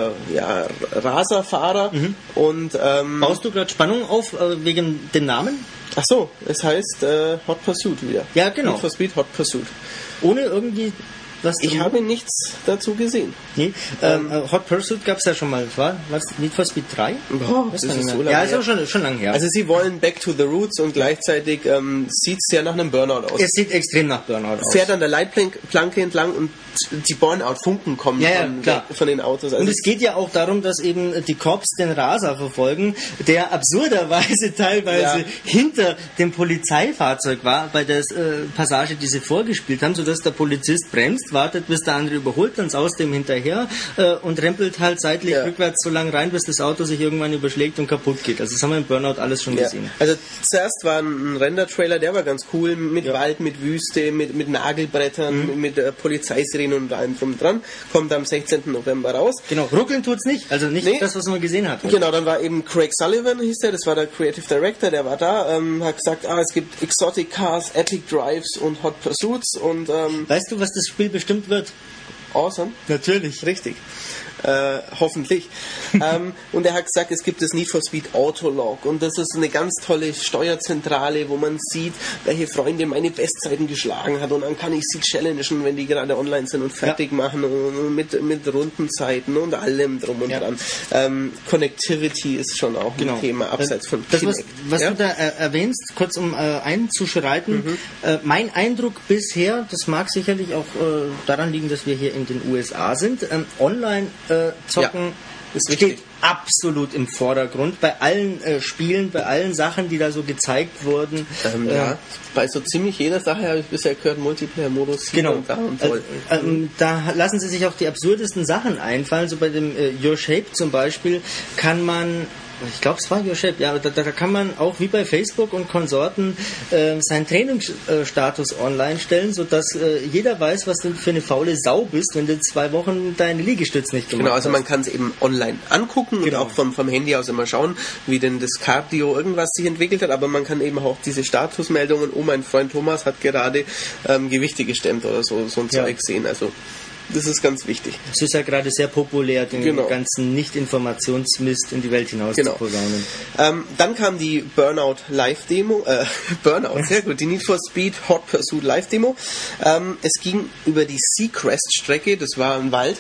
ja, Raserfahrer Mhm. und ähm, Baust du gerade Spannung auf äh, wegen dem Namen? ach so, es heißt äh, Hot Pursuit wieder. Ja, genau. Need for Speed Hot Pursuit. Ohne irgendwie was Ich zu- habe nichts dazu gesehen. Nee, ähm, äh, Hot Pursuit gab es ja schon mal, war was? Need for Speed drei? Boah, Weiß das gar ist nicht so mehr. lange Ja, ist her. auch schon, schon lange her. Also sie wollen back to the roots und gleichzeitig ähm, sieht es ja nach einem Burnout aus. es sieht extrem nach Burnout aus. Fährt an der Leitplanke entlang und die Burnout-Funken kommen Ja, ja, von, klar. von den Autos. Also Und es geht ja auch darum, dass eben die Cops den Raser verfolgen, der absurderweise teilweise Ja. hinter dem Polizeifahrzeug war, bei der äh, Passage, die sie vorgespielt haben, sodass der Polizist bremst, wartet, bis der andere überholt, dann saust dem hinterher äh, und rempelt halt seitlich Ja. rückwärts so lang rein, bis das Auto sich irgendwann überschlägt und kaputt geht. Also das haben wir im Burnout alles schon Ja. gesehen. Also zuerst war ein Render-Trailer, der war ganz cool, mit Ja. Wald, mit Wüste, mit, mit Nagelbrettern, mit äh, Polizeisirenen und allem drum und dran. Kommt am sechzehnten November raus. Genau, ruckeln tut's nicht, also nicht Nee. das, was man gesehen hat. Genau, dann war eben Craig Sullivan, hieß der, das war der Creative Director, der war da, ähm, hat gesagt, ah, es gibt Exotic Cars, Epic Drives und Hot Pursuits und ähm, Weißt du, was das Spiel bestimmt wird? awesome. Natürlich. Richtig. Äh, hoffentlich. ähm, und er hat gesagt, es gibt das Need for Speed Autolog und das ist eine ganz tolle Steuerzentrale, wo man sieht, welche Freunde meine Bestzeiten geschlagen hat und dann kann ich sie challengen, wenn die gerade online sind und fertig Ja. machen und, und mit, mit Rundenzeiten und allem drum und Ja. dran. Ähm, Connectivity ist schon auch Genau. ein Thema, abseits von das, was, Kinect. was Ja? du da äh, erwähnst, kurz um äh, einzuschreiten, Mhm. äh, mein Eindruck bisher, das mag sicherlich auch äh, daran liegen, dass wir hier in den U S A sind, ähm, online äh, zocken Ja, ist steht wichtig. absolut im Vordergrund bei allen äh, Spielen, bei allen Sachen, die da so gezeigt wurden. Ähm, Äh, ja, bei so ziemlich jeder Sache habe ich bisher gehört, Multiplayer-Modus hier Genau. und da und Also, toll. ähm, da lassen sie sich auch die absurdesten Sachen einfallen. So bei dem äh, Your Shape zum Beispiel kann man, ich glaube es war Your Shape, ja, da, da kann man auch wie bei Facebook und Konsorten äh, seinen Trainingsstatus online stellen, sodass äh, jeder weiß, was du für eine faule Sau bist, wenn du zwei Wochen deine Liegestütze nicht gemacht Genau, also hast. man kann es eben online angucken Genau. und auch vom, vom Handy aus immer schauen, wie denn das Cardio irgendwas sich entwickelt hat, aber man kann eben auch diese Statusmeldungen, oh, mein Freund Thomas hat gerade ähm, Gewichte gestemmt oder so, so ein Ja. Zeug sehen. Also das ist ganz wichtig. Es ist ja gerade sehr populär, den Genau. ganzen Nicht-Informationsmist in die Welt hinaus Genau. zu posaunen. Ähm, dann kam die Burnout Live-Demo, äh, Burnout, sehr gut, die Need for Speed Hot Pursuit Live-Demo. Ähm, es ging über die Seacrest-Strecke, das war ein Wald,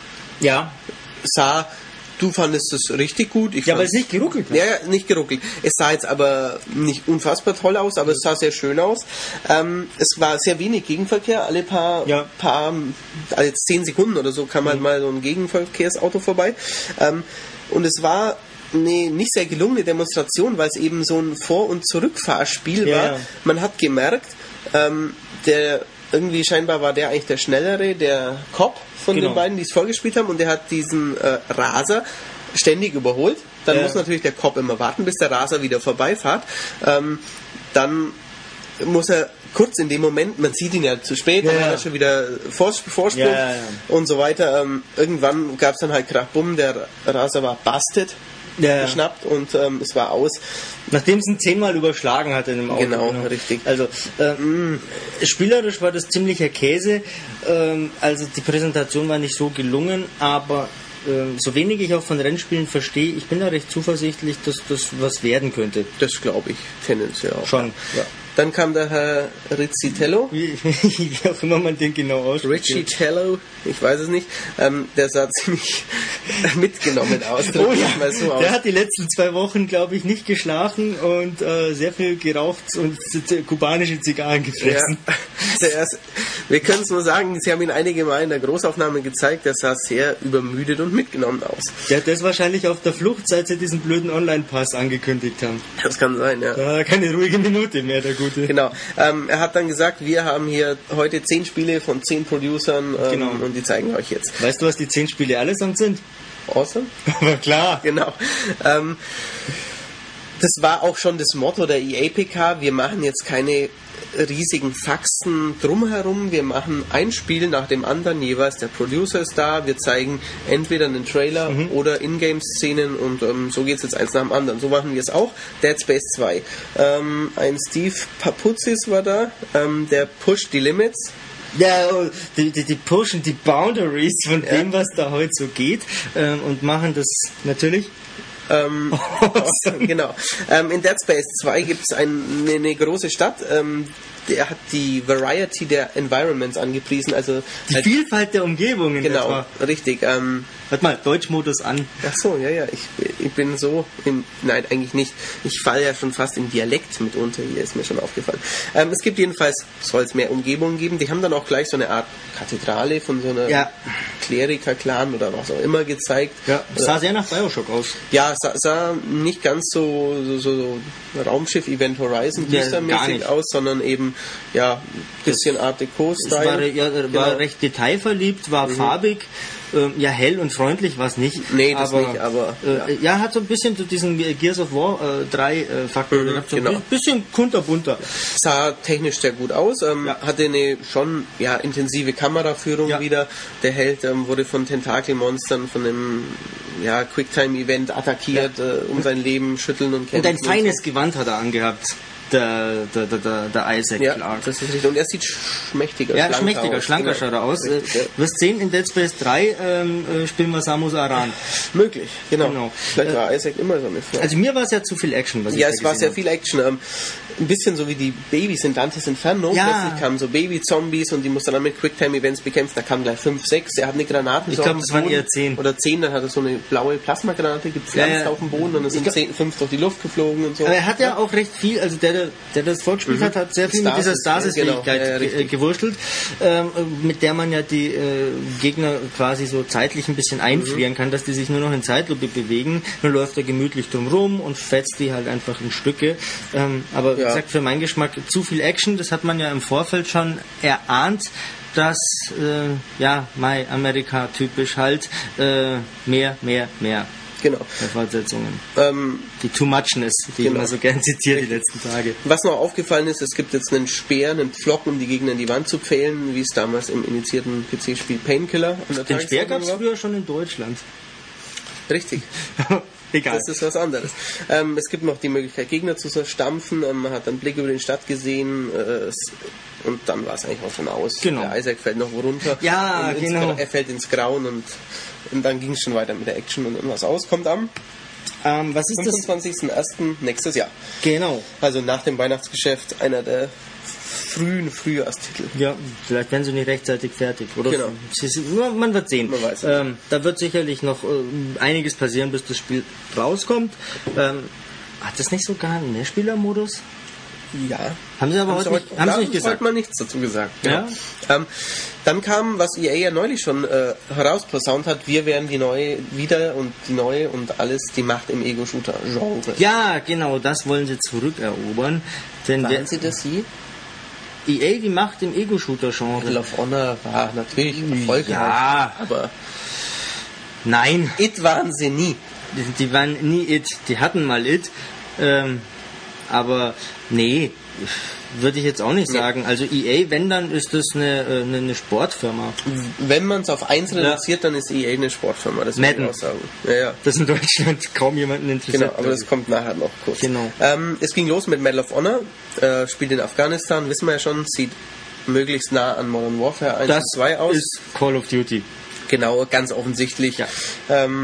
Ja, sah, du fandest es richtig gut. Ich ja, weil fand's- es nicht geruckelt hat. Ja, ja, nicht geruckelt. Es sah jetzt aber nicht unfassbar toll aus, aber es sah sehr schön aus. Ähm, es war sehr wenig Gegenverkehr. Alle paar, Ja. paar alle zehn Sekunden oder so kam halt mal so ein Gegenverkehrsauto vorbei. Ähm, und es war eine nicht sehr gelungene Demonstration, weil es eben so ein Vor- und Zurückfahrspiel Ja, war. ja. Man hat gemerkt, ähm, der irgendwie scheinbar war der eigentlich der Schnellere, der Cop von Genau. den beiden, die es vorgespielt haben, und der hat diesen äh, Raser ständig überholt. Dann Ja. muss natürlich der Cop immer warten, bis der Raser wieder vorbeifährt. Ähm, dann muss er kurz in dem Moment, man sieht ihn ja zu spät, Ja, dann ja. hat er schon wieder Vors Vorsprung Ja, ja, ja. und so weiter. Ähm, irgendwann gab es dann halt Krach, bumm, der Raser war busted, Ja, ja. geschnappt und ähm, es war aus. Nachdem es ihn zehnmal überschlagen hatte in dem Auto. Genau, richtig. Also ähm, spielerisch war das ziemlicher Käse. Ähm, also die Präsentation war nicht so gelungen, aber ähm, so wenig ich auch von Rennspielen verstehe, ich bin da recht zuversichtlich, dass das was werden könnte. Das glaube ich tendenziell auch. Schon, ja. Dann kam der Herr Rizzitello. Wie, wie auch immer man den genau ausspricht. Rizzitello, ich weiß es nicht. Ähm, der sah ziemlich mitgenommen aus. Oh ja, mal so aus. Der hat die letzten zwei Wochen, glaube ich, nicht geschlafen und äh, sehr viel geraucht und z- kubanische Zigarren gefressen. Ja. Zuerst, wir können es nur sagen, Sie haben ihn einige Mal in der Großaufnahme gezeigt, der sah sehr übermüdet und mitgenommen aus. Der hat das wahrscheinlich auf der Flucht, seit sie diesen blöden Online-Pass angekündigt haben. Das kann sein, ja. Da keine ruhige Minute mehr, der Gute. Genau. Ähm, er hat dann gesagt, wir haben hier heute zehn Spiele von zehn Producern ähm, Genau. und die zeigen wir euch jetzt. Weißt du, was die zehn Spiele allesamt sind? Awesome. Aber klar. Genau. Ähm, das war auch schon das Motto der E A P K. Wir machen jetzt keine riesigen Faxen drumherum. Wir machen ein Spiel nach dem anderen jeweils. Der Producer ist da. Wir zeigen entweder einen Trailer mhm. oder Ingame-Szenen und ähm, so geht es jetzt eins nach dem anderen. So machen wir es auch. Dead Space zwei. Ähm, ein Steve Papuzis war da. Ähm, der pusht die Limits. Ja, die, die, die pushen die Boundaries von Ja. dem, was da heute so geht ähm, und machen das natürlich. Ähm, Awesome. Genau. Ähm, in Dead Space zwei gibt es ein, eine, eine große Stadt. Ähm, der hat die Variety der Environments angepriesen. Also Die halt, Vielfalt der Umgebungen. genau, Etwa. richtig. Ähm, Warte mal, Deutschmodus an. ach so, ja, ja. Ich, ich bin so in, nein, eigentlich nicht. Ich falle ja schon fast in Dialekt mitunter. Hier ist mir schon aufgefallen. Ähm, es gibt jedenfalls, soll es mehr Umgebungen geben. Die haben dann auch gleich so eine Art Kathedrale von so einer Ja. Kleriker-Clan oder was auch immer gezeigt. Ja, Oder- sah sehr nach Bioshock aus. Ja, sah, sah nicht ganz so, so, so, so Raumschiff-Event Horizon Ja, gar düstermäßig nicht. aus, sondern eben, ja, bisschen Art Es Deco-Style. war, ja, war Genau. recht detailverliebt, war farbig, ähm, ja hell und freundlich war es nicht. Nee, das nicht, aber, Äh, ja. hat so ein bisschen so diesen Gears of War äh, drei äh, Faktor Mhm, gehabt, so genau. ein bisschen kunterbunter. Sah technisch sehr gut aus, ähm, Ja. hatte eine schon ja, intensive Kameraführung Ja. wieder. Der Held ähm, wurde von Tentakelmonstern, von einem ja, Quicktime-Event attackiert, äh, um sein Leben schütteln und kämpfen. Und ein und feines Gewand hat er angehabt, der, der, der, der, der Isaac Ja, Clarke. das ist richtig. Und er sieht schmächtiger, Ja, schlanker schmächtiger, aus. schlanker Genau. schaut er aus. Richtig, Äh, ja. Du wirst sehen, in Dead Space drei ähm, äh, spielen wir Samus Aran. Möglich, genau. Genau. Vielleicht Äh, war Isaac immer so eine Frau. Also mir war es ja zu viel Action, was ich Ja, da es war gesehen sehr habe. viel Action. Ähm, ein bisschen so wie die Babys in Dantes Inferno. Ja. Plötzlich kamen so Baby-Zombies und die musste dann mit Quicktime-Events bekämpfen. Da kamen gleich fünf, sechs. Er hat eine Granate. Ich so glaub, auf dem das waren Boden. eher zehn. Oder zehn, dann hat er so eine blaue Plasmagranate gepflanzt Ja, ja. auf dem Boden und dann sind glaub- zehn, fünf durch die Luft geflogen und so. Aber er hat ja auch recht viel, also der, der, der das vorgespielt hat, hat sehr viel mit dieser Stasis, ja, genau. Stasis-Fähigkeit Ja, ja, ge- richtig. äh, gewurschtelt, ähm, mit der man ja die äh, Gegner quasi so zeitlich ein bisschen einfrieren kann, dass die sich nur noch in Zeitlupe bewegen. Dann läuft er gemütlich drum rum und fetzt die halt einfach in Stücke. Ähm, aber wie Ja. gesagt, für meinen Geschmack zu viel Action, das hat man ja im Vorfeld schon erahnt, dass, äh, ja, My America typisch halt, äh, mehr, mehr, mehr Genau. der Fortsetzungen. Ähm, Die Too Muchness, die Genau. ich immer so gern zitiere die letzten Tage. was noch aufgefallen ist, es gibt jetzt einen Speer, einen Pflock, um die Gegner in die Wand zu pfählen, wie es damals im initiierten P C-Spiel Painkiller an der Den Speer gab Tagesordnung es war. früher schon in Deutschland. Richtig. Egal. Das ist was anderes. Ähm, es gibt noch die Möglichkeit, Gegner zu zerstampfen. Ähm, man hat einen Blick über die Stadt gesehen äh, es, und dann war es eigentlich auch schon aus. Genau. Der Isaac fällt noch wo runter. Ja, und ins genau. Gra- Er fällt ins Grauen und, und dann ging es schon weiter mit der Action und irgendwas aus. Kommt am ähm, was ist das? fünfundzwanzigsten ersten nächstes Jahr. Genau. Also nach dem Weihnachtsgeschäft einer der frühen Frühjahrstitel. Ja, vielleicht werden sie nicht rechtzeitig fertig. Oder Genau. Sie sind- man wird sehen. Man weiß es ähm, da wird sicherlich noch ähm, einiges passieren, bis das Spiel rauskommt. Ähm, hat das nicht sogar einen Mehrspielermodus? Ja. Haben sie aber heute nicht, haben sie nicht gesagt. hat man nichts dazu gesagt. Ja. Ähm, dann kam, was E A ja neulich schon äh, herausposaunt hat, wir werden die neue, wieder und die neue und alles, die Macht im Ego-Shooter-Genre. Ja, genau, das wollen sie zurückerobern. Denn der Waren sie das sie? E A, die Macht im Ego-Shooter-Genre. Medal of Honor war natürlich erfolgreich, Ja. aber Nein, It waren sie nie. die, die waren nie It. Die hatten mal It. Ähm, aber nee, würde ich jetzt auch nicht Nee. sagen. Also E A, wenn, dann ist das eine, äh, eine, eine Sportfirma. Wenn man es auf eins reduziert, dann ist E A eine Sportfirma, das Madden. würde ich auch sagen. Ja, ja. Das in Deutschland kaum jemanden interessiert. Genau, aber das kommt nachher noch kurz. Genau. Ähm, es ging los mit Medal of Honor, äh, spielt in Afghanistan, wissen wir ja schon, sieht möglichst nah an Modern Warfare eins das und zwei aus. ist Call of Duty. Genau, ganz offensichtlich. Ja. Ähm,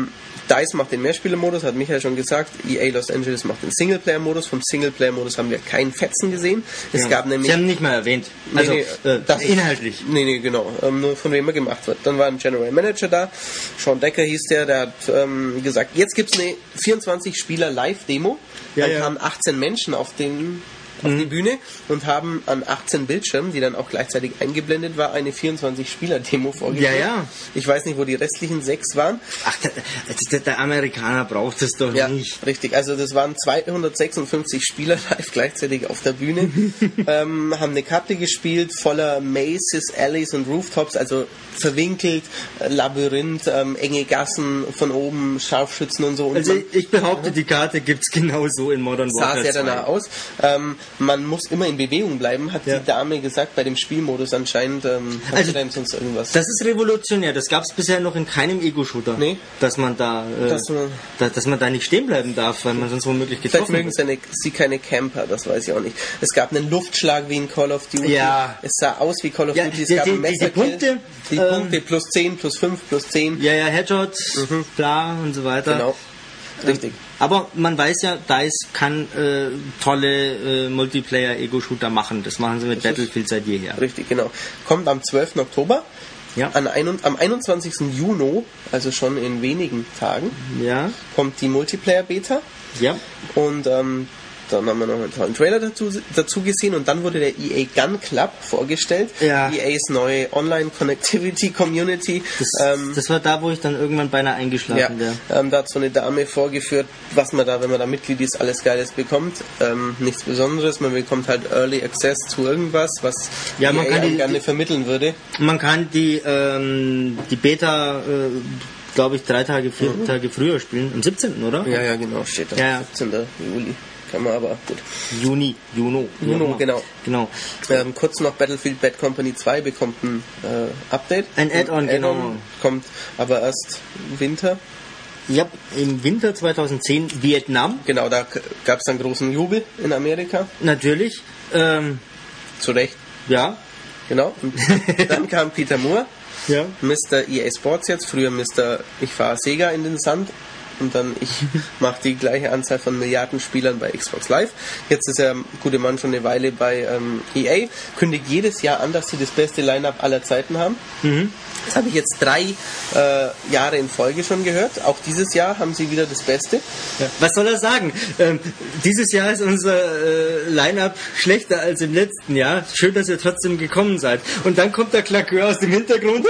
D I C E macht den Mehrspieler-Modus, hat Michael schon gesagt. E A Los Angeles macht den Singleplayer-Modus. Vom Singleplayer-Modus haben wir keinen Fetzen gesehen. Es ja. gab nämlich... Sie haben nicht mal erwähnt. Also, nee, nee, äh, das inhaltlich. Ist, nee, nee, genau. Ähm, nur von wem er gemacht wird. Dann war ein General Manager da. Sean Decker hieß der. Der hat ähm, gesagt, jetzt gibt's eine vierundzwanzig Spieler Live-Demo. Ja, dann ja. kamen achtzehn Menschen auf den... auf Mhm. die Bühne und haben an achtzehn Bildschirmen, die dann auch gleichzeitig eingeblendet war, eine vierundzwanzig-Spieler-Demo vorgestellt. Ja, ja. Ich weiß nicht, wo die restlichen sechs waren. Ach, der, der, der Amerikaner braucht es doch Ja, nicht. richtig. Also das waren zweihundertsechsundfünfzig Spieler live gleichzeitig auf der Bühne, ähm, haben eine Karte gespielt voller Mazes, Alleys und Rooftops, also verwinkelt, äh, Labyrinth, ähm, enge Gassen von oben, Scharfschützen und so. Und Also man, ich behaupte, die Karte gibt's genau so in Modern Warfare sah sehr zwei. danach aus. Ähm, man muss immer in Bewegung bleiben, hat Ja. die Dame gesagt, bei dem Spielmodus anscheinend. Ähm, hat Also, sie da eben sonst irgendwas? Das ist revolutionär. Das gab es bisher noch in keinem Ego-Shooter. Nee. Dass man da, äh, Dass man- da, dass man da nicht stehen bleiben darf, weil man sonst womöglich Vielleicht getroffen mögen wird. sie, eine, sie keine Camper, das weiß ich auch nicht. Es gab einen Luftschlag wie in Call of Duty. Ja. Es sah aus wie Call of Ja, Duty. Es die- gab die- einen diese Messerkill. Punkte, Die ähm, Punkte plus zehn, plus fünf, plus zehn. Ja, ja, Headshots, bla und so weiter. Genau. Richtig. Aber man weiß ja, D I C E kann äh, tolle äh, Multiplayer-Ego-Shooter machen. Das machen sie mit Das ist- Battlefield seit jeher. Richtig, genau. Kommt am zwölften Oktober. Ja. An ein, am einundzwanzigsten Juni, also schon in wenigen Tagen, Ja, kommt die Multiplayer-Beta. ja. Und ähm, dann haben wir noch einen tollen Trailer dazu, dazu gesehen und dann wurde der E A Gun Club vorgestellt. Ja. E A's neue Online-Connectivity-Community. Das, ähm, das war da, wo ich dann irgendwann beinahe ja, eingeschlafen wäre. ähm, da hat so eine Dame vorgeführt, was man da, wenn man da Mitglied ist, alles Geiles bekommt. Ähm, nichts Besonderes, man bekommt halt Early Access zu irgendwas, was Ja, man E A kann einem die- gerne die- vermitteln würde. Man kann die, ähm, die Beta, äh, glaube ich, drei Tage, vier Tage früher spielen. Am siebzehnten, oder? Ja, ja, genau, steht da. Ja, ja. siebzehnten Juli. Kann man aber, gut. Juni, Juno. wie Juno, auch immer. genau. Genau. Ähm, kurz noch, Battlefield Bad Company zwei bekommt ein äh, Update. Ein Add-on, genau. Kommt aber erst Winter. Ja, im Winter zweitausendzehn Vietnam, Genau, da gab es dann großen Jubel in Amerika. natürlich. Ähm, Zu Recht. ja. Genau. Und dann kam Peter Moore, Ja. Mister E A Sports jetzt, früher Mister Ich fahre Sega in den Sand. Und dann ich mache die gleiche Anzahl von Milliarden Spielern bei Xbox Live. Jetzt ist der gute Mann schon eine Weile bei ähm, E A. Kündigt jedes Jahr an, dass sie das beste Line-Up aller Zeiten haben. Mhm. Das habe ich jetzt drei äh, Jahre in Folge schon gehört. Auch dieses Jahr haben sie wieder das Beste. Ja. Was soll er sagen? Ähm, dieses Jahr ist unser äh, Line-Up schlechter als im letzten Jahr. Schön, dass ihr trotzdem gekommen seid. Und dann kommt der Klakör aus dem Hintergrund.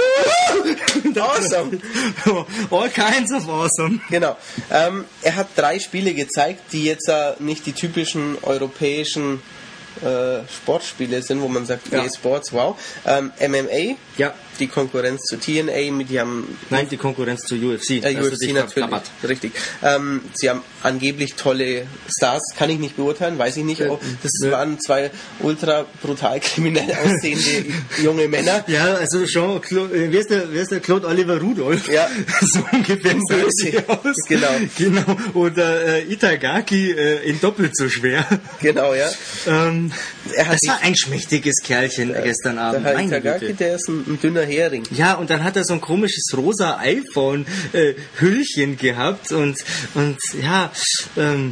Awesome. All kinds of awesome. Genau. Ähm, er hat drei Spiele gezeigt, die jetzt äh, nicht die typischen europäischen äh, Sportspiele sind, wo man sagt, Ja. E A Sports, wow. Ähm, M M A, Ja. die Konkurrenz zu T N A, mit die haben Nein, die Konkurrenz zu U F C. äh, Da hast U du F C dich natürlich, verplappert. richtig. Ähm, sie haben angeblich tolle Stars, kann ich nicht beurteilen, weiß ich nicht. Äh, Oh, das ne. waren zwei ultra brutal kriminell aussehende junge Männer. Ja, also Jean, Claude, wer ist der, wer ist der Claude Oliver Rudolph? Ja. So ungefähr sah Böse. die aus. Genau. Genau. Oder äh, Itagaki äh, in doppelt so schwer. Genau, ja. Ähm, Er hat das die- war ein schmächtiges Kerlchen gestern Abend. Der Herr Meine Itagaki, Güte. der ist ein, ein dünner Hering. Ja, und dann hat er so ein komisches rosa iPhone-Hüllchen gehabt und, und ja, ähm,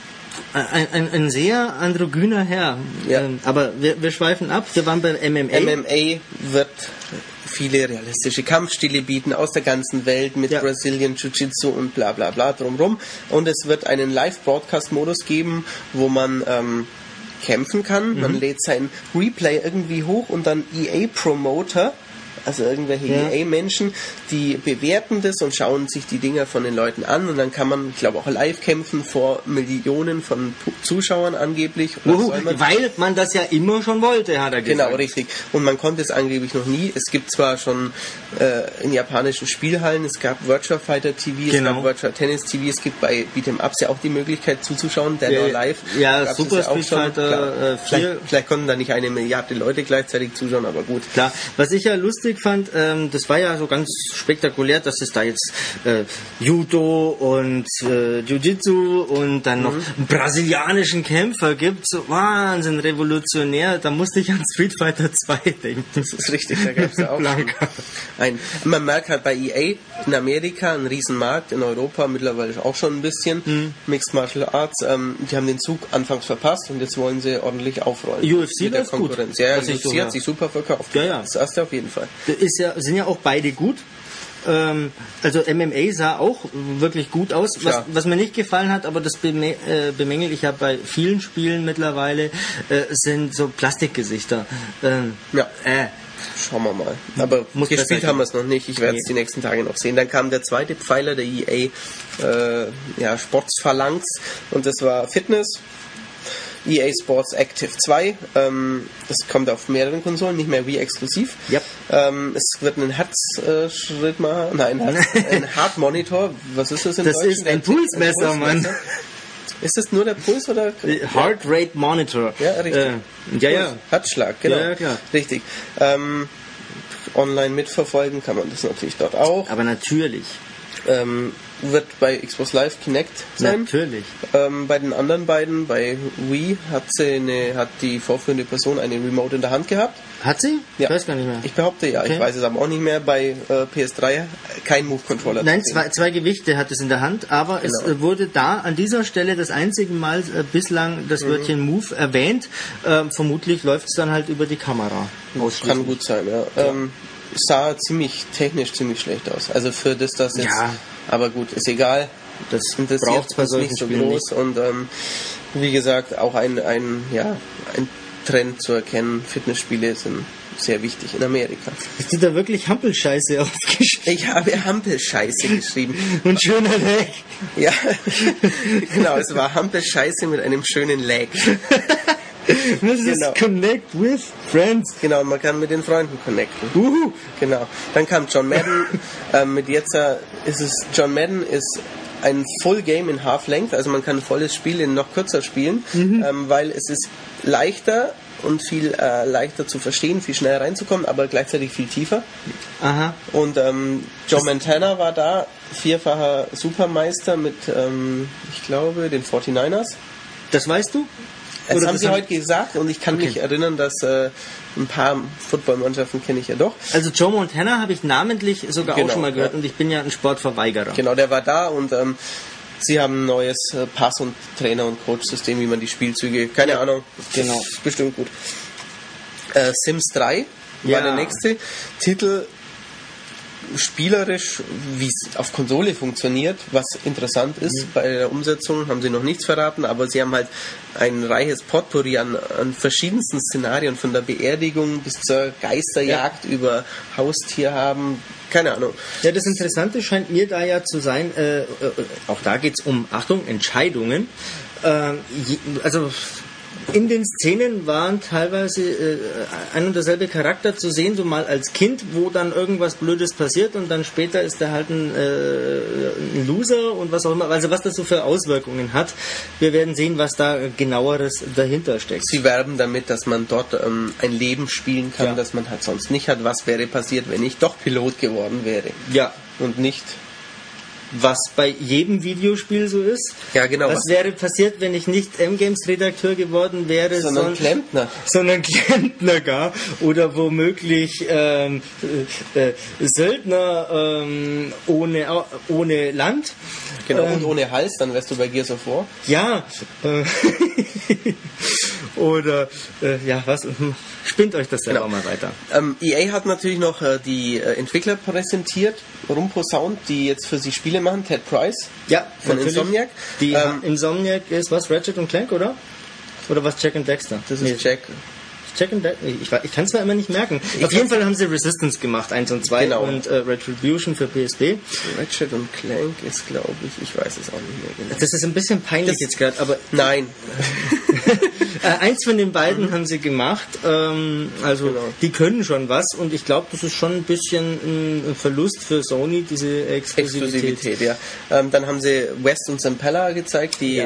ein, ein, ein sehr androgyner Herr. Ja. Ähm, aber wir, wir schweifen ab. Wir waren bei M M A. M M A wird viele realistische Kampfstile bieten aus der ganzen Welt mit Ja. Brazilian Jiu-Jitsu und bla bla bla drumrum. Und es wird einen Live-Broadcast-Modus geben, wo man ähm, kämpfen kann. Mhm. Man lädt sein Replay irgendwie hoch und dann E A-Promoter, also irgendwelche Ja. E A-Menschen, die bewerten das und schauen sich die Dinger von den Leuten an und dann kann man, ich glaube, auch live kämpfen vor Millionen von Pu- Zuschauern angeblich. Oder Uhu, soll man- weil man das ja immer schon wollte, hat er gesagt. Genau, richtig. Und man konnte es angeblich noch nie. Es gibt zwar schon äh, in japanischen Spielhallen, es gab Virtua Fighter T V, es Genau. gab Virtua Tennis T V, es gibt bei Beat'em Ups ja auch die Möglichkeit zuzuschauen, der Ja, Now Live. ja, gab's Super das ja auch Street schon. Fighter, Klar. äh, vier. Vielleicht, vielleicht konnten da nicht eine Milliarde Leute gleichzeitig zuschauen, aber gut. Klar, was ich ja lustig lustig fand, ähm, das war ja so ganz spektakulär, dass es da jetzt äh, Judo und äh, Jiu-Jitsu und dann noch mhm. einen brasilianischen Kämpfer gibt. So Wahnsinn, revolutionär. Da musste ich an Street Fighter zwei denken. Das ist richtig, da gab es ja auch ein. Man merkt halt bei E A in Amerika einen Riesenmarkt, in Europa mittlerweile auch schon ein bisschen. Mhm. Mixed Martial Arts, ähm, die haben den Zug anfangs verpasst und jetzt wollen sie ordentlich aufrollen. U F C läuft gut. Ja, ja, U F C hat sich super verkauft. Ja, ja. Das erste auf jeden Fall. Ist ja, sind ja auch beide gut. Ähm, also M M A sah auch wirklich gut aus. Was, was mir nicht gefallen hat, aber das bemä äh, bemängel ich ja bei vielen Spielen mittlerweile, äh, sind so Plastikgesichter. Ähm, ja. Äh, Schauen wir mal. Aber Muss gespielt haben wir es noch nicht. Ich werde es nee. die nächsten Tage noch sehen. Dann kam der zweite Pfeiler der E A äh, ja, Sportsphalanx und das war Fitness. E A Sports Active zwei. Ähm, das kommt auf mehreren Konsolen, nicht mehr Wii exklusiv. Yep. Ähm, es wird einen Herzschritt machen. Nein, ein Heart Monitor. Was ist das in das Deutschen? Das ist ein Pulsmesser, Mann. Ist das nur der Puls oder? Heart Rate Monitor. Ja, richtig. Äh, ja, ja. Herzschlag, genau. Ja, ja, klar. Richtig. Ähm, online mitverfolgen kann man das natürlich dort auch. Aber natürlich. Ähm, wird bei Xbox Live Kinect sein. Natürlich. Ähm, bei den anderen beiden, bei Wii, hat sie eine, hat die vorführende Person eine Remote in der Hand gehabt. Hat sie? Ja. Ich weiß gar nicht mehr. Ich behaupte ja, okay. Ich weiß es aber auch nicht mehr. Bei äh, P S drei kein Move-Controller. Nein, zwei, zwei Gewichte hat es in der Hand, aber genau. Es äh, wurde da an dieser Stelle das einzige Mal äh, bislang das mhm. Wörtchen Move erwähnt. Ähm, vermutlich läuft es dann halt über die Kamera. Kann gut sein, ja. ja. Ähm, sah ziemlich technisch ziemlich schlecht aus. Also für das, das jetzt... Ja. Aber gut, ist egal. Das braucht es bei solchen nicht so Spielen groß. nicht. Und ähm, wie gesagt, auch ein, ein, ja, ein Trend zu erkennen. Fitnessspiele sind sehr wichtig in Amerika. Hast du da wirklich Hampelscheiße aufgeschrieben? Ich habe Hampelscheiße geschrieben. Und schöner Lag. Ja, genau, es war Hampelscheiße mit einem schönen Lag. Das genau. ist Connect with Friends. Genau, man kann mit den Freunden connecten. Uhu. Genau. Dann kam John Madden. ähm, mit jetzt äh, ist es, John Madden ist ein Full Game in Half Length, also man kann ein volles Spiel in noch kürzer spielen, mhm. ähm, weil es ist leichter und viel äh, leichter zu verstehen, viel schneller reinzukommen, aber gleichzeitig viel tiefer. Aha. Und ähm, Joe Montana war da, vierfacher Supermeister mit, ähm, ich glaube, den forty-niners. Das weißt du? Das Oder haben das sie haben heute gesagt und ich kann okay. mich erinnern, dass äh, ein paar Footballmannschaften kenne ich ja doch. Also Joe Montana habe ich namentlich sogar genau, auch schon mal gehört ja. und ich bin ja ein Sportverweigerer. Genau, der war da und ähm, sie haben ein neues äh, Pass- und Trainer- und Coach-System, wie man die Spielzüge, keine ja. Ahnung, genau. ist bestimmt gut. Äh, Sims drei war ja. der nächste Titel. Spielerisch, wie es auf Konsole funktioniert, was interessant ist. Mhm. Bei der Umsetzung haben sie noch nichts verraten, aber sie haben halt ein reiches Potpourri an, an verschiedensten Szenarien, von der Beerdigung bis zur Geisterjagd ja. über Haustier haben, keine Ahnung. Ja, das Interessante scheint mir da ja zu sein, äh, äh, auch da geht es um, Achtung, Entscheidungen. Äh, je, also in den Szenen waren teilweise äh, ein und derselbe Charakter zu sehen, so mal als Kind, wo dann irgendwas Blödes passiert und dann später ist er halt ein, äh, ein Loser und was auch immer. Also was das so für Auswirkungen hat. Wir werden sehen, was da genaueres dahinter steckt. Sie werben damit, dass man dort ähm, ein Leben spielen kann, ja. das man halt sonst nicht hat. Was wäre passiert, wenn ich doch Pilot geworden wäre? Ja. Und nicht... Was bei jedem Videospiel so ist. Ja, genau. Was, was wäre passiert, wenn ich nicht M-Games-Redakteur geworden wäre, sondern son- Klempner. Sondern Klempner gar. Oder womöglich ähm, äh, äh, Söldner ähm, ohne, ohne Land. Genau, ähm, und ohne Hals, dann wärst du bei Gears of War. Ja. Äh, oder, äh, ja, was? Spinnt euch das selber genau. mal weiter. Ähm, E A hat natürlich noch äh, die äh, Entwickler präsentiert, Rumpo Sound, die jetzt für sie Spiele machen, Ted Price ja, von natürlich. Insomniac. Die ähm, Insomniac ist was, Ratchet und Clank, oder? Oder was, Jack and Dexter? Das ist nee. Jack. Jack and Dexter? Ich, ich kann es zwar immer nicht merken. Ich Auf jeden Fall haben sie Resistance gemacht, eins und zwei genau. und äh, Retribution für P S P. Ratchet und Clank ist, glaube ich, ich weiß es auch nicht mehr genau. Das ist ein bisschen peinlich das, jetzt gerade, aber... Nein. äh, eins von den beiden mhm. haben sie gemacht, ähm, also genau. die können schon was und ich glaube, das ist schon ein bisschen ein Verlust für Sony, diese Exklusivität. Exklusivität, ja. Ähm, dann haben sie West und Zampella gezeigt, die ja.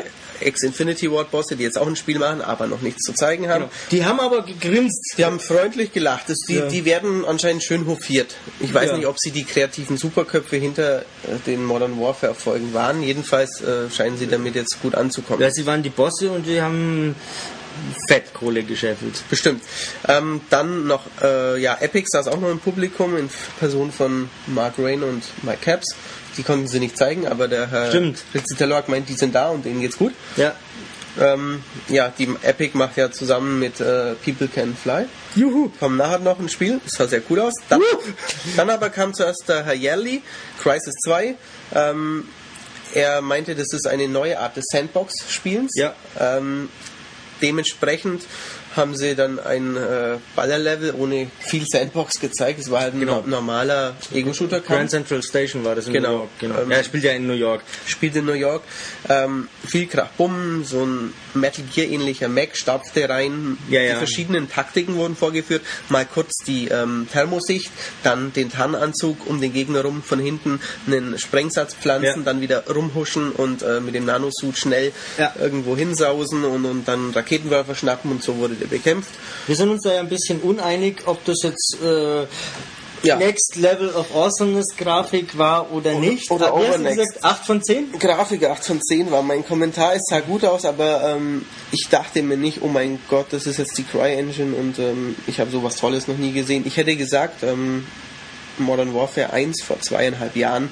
Ex-Infinity Ward Bosse, die jetzt auch ein Spiel machen, aber noch nichts zu zeigen haben. Genau. Die haben aber gegrinst. Die haben freundlich gelacht. Das, die, Ja. die werden anscheinend schön hofiert. Ich weiß Ja. nicht, ob sie die kreativen Superköpfe hinter äh, den Modern Warfare Erfolgen waren. Jedenfalls äh, scheinen sie damit jetzt gut anzukommen. Ja, sie waren die Bosse und die haben Fettkohle gescheffelt. Bestimmt. Ähm, dann noch, äh, ja, Epic saß auch noch im Publikum in Person von Mark Rain und Mike Capps. Die konnten sie nicht zeigen, aber der Herr Stimmt. Ritzi Telloak meint, die sind da und denen geht's gut. Ja. Ähm, ja, die Epic macht ja zusammen mit äh, People Can Fly. Juhu. Kommen nachher noch ein Spiel, das sah sehr cool aus. Dann, dann aber kam zuerst der Herr Yerli, Crysis zwei. Ähm, er meinte, das ist eine neue Art des Sandbox-Spielens. Ja. Ähm, dementsprechend haben sie dann ein äh, Ballerlevel ohne viel Sandbox gezeigt. Es war halt ein Genau. no- normaler Ego-Shooter-Kampf. Grand Central Station war das in Genau. New York. Genau. Ähm, ja, er spielt ja in New York. Spielt in New York. Ähm, viel Krach, Bumm, so ein Metal Gear ähnlicher Mac stapfte rein. Ja, die ja. verschiedenen Taktiken wurden vorgeführt. Mal kurz die ähm, Thermosicht, dann den Tarnanzug um den Gegner rum, von hinten einen Sprengsatz pflanzen, Ja. dann wieder rumhuschen und äh, mit dem Nanosuit schnell Ja. irgendwo hinsausen und, und dann Raketenwerfer schnappen und so wurde der bekämpft. Wir sind uns da ja ein bisschen uneinig, ob das jetzt äh, Ja. Next Level of Awesomeness Grafik war oder, Oder- nicht. oder Wie hast du Overnext. gesagt? acht von zehn? Grafik acht von zehn war mein Kommentar. Es sah gut aus, aber ähm, ich dachte mir nicht, oh mein Gott, das ist jetzt die Cry-Engine und ähm, ich habe sowas Tolles noch nie gesehen. Ich hätte gesagt, ähm, Modern Warfare eins vor zweieinhalb Jahren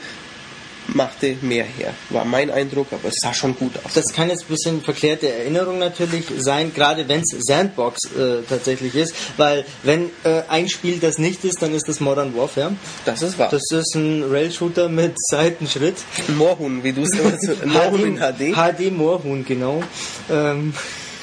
machte mehr her. War mein Eindruck, aber es sah schon gut aus. Das kann jetzt ein bisschen verklärte Erinnerung natürlich sein, gerade wenn es Sandbox äh, tatsächlich ist, weil wenn äh, ein Spiel das nicht ist, dann ist das Modern Warfare. Das ist wahr. Das ist ein Rail-Shooter mit Seitenschritt. Ein Moorhuhn, wie du es immer so, ein Moorhuhn in H D. H D Moorhuhn, genau. Ähm,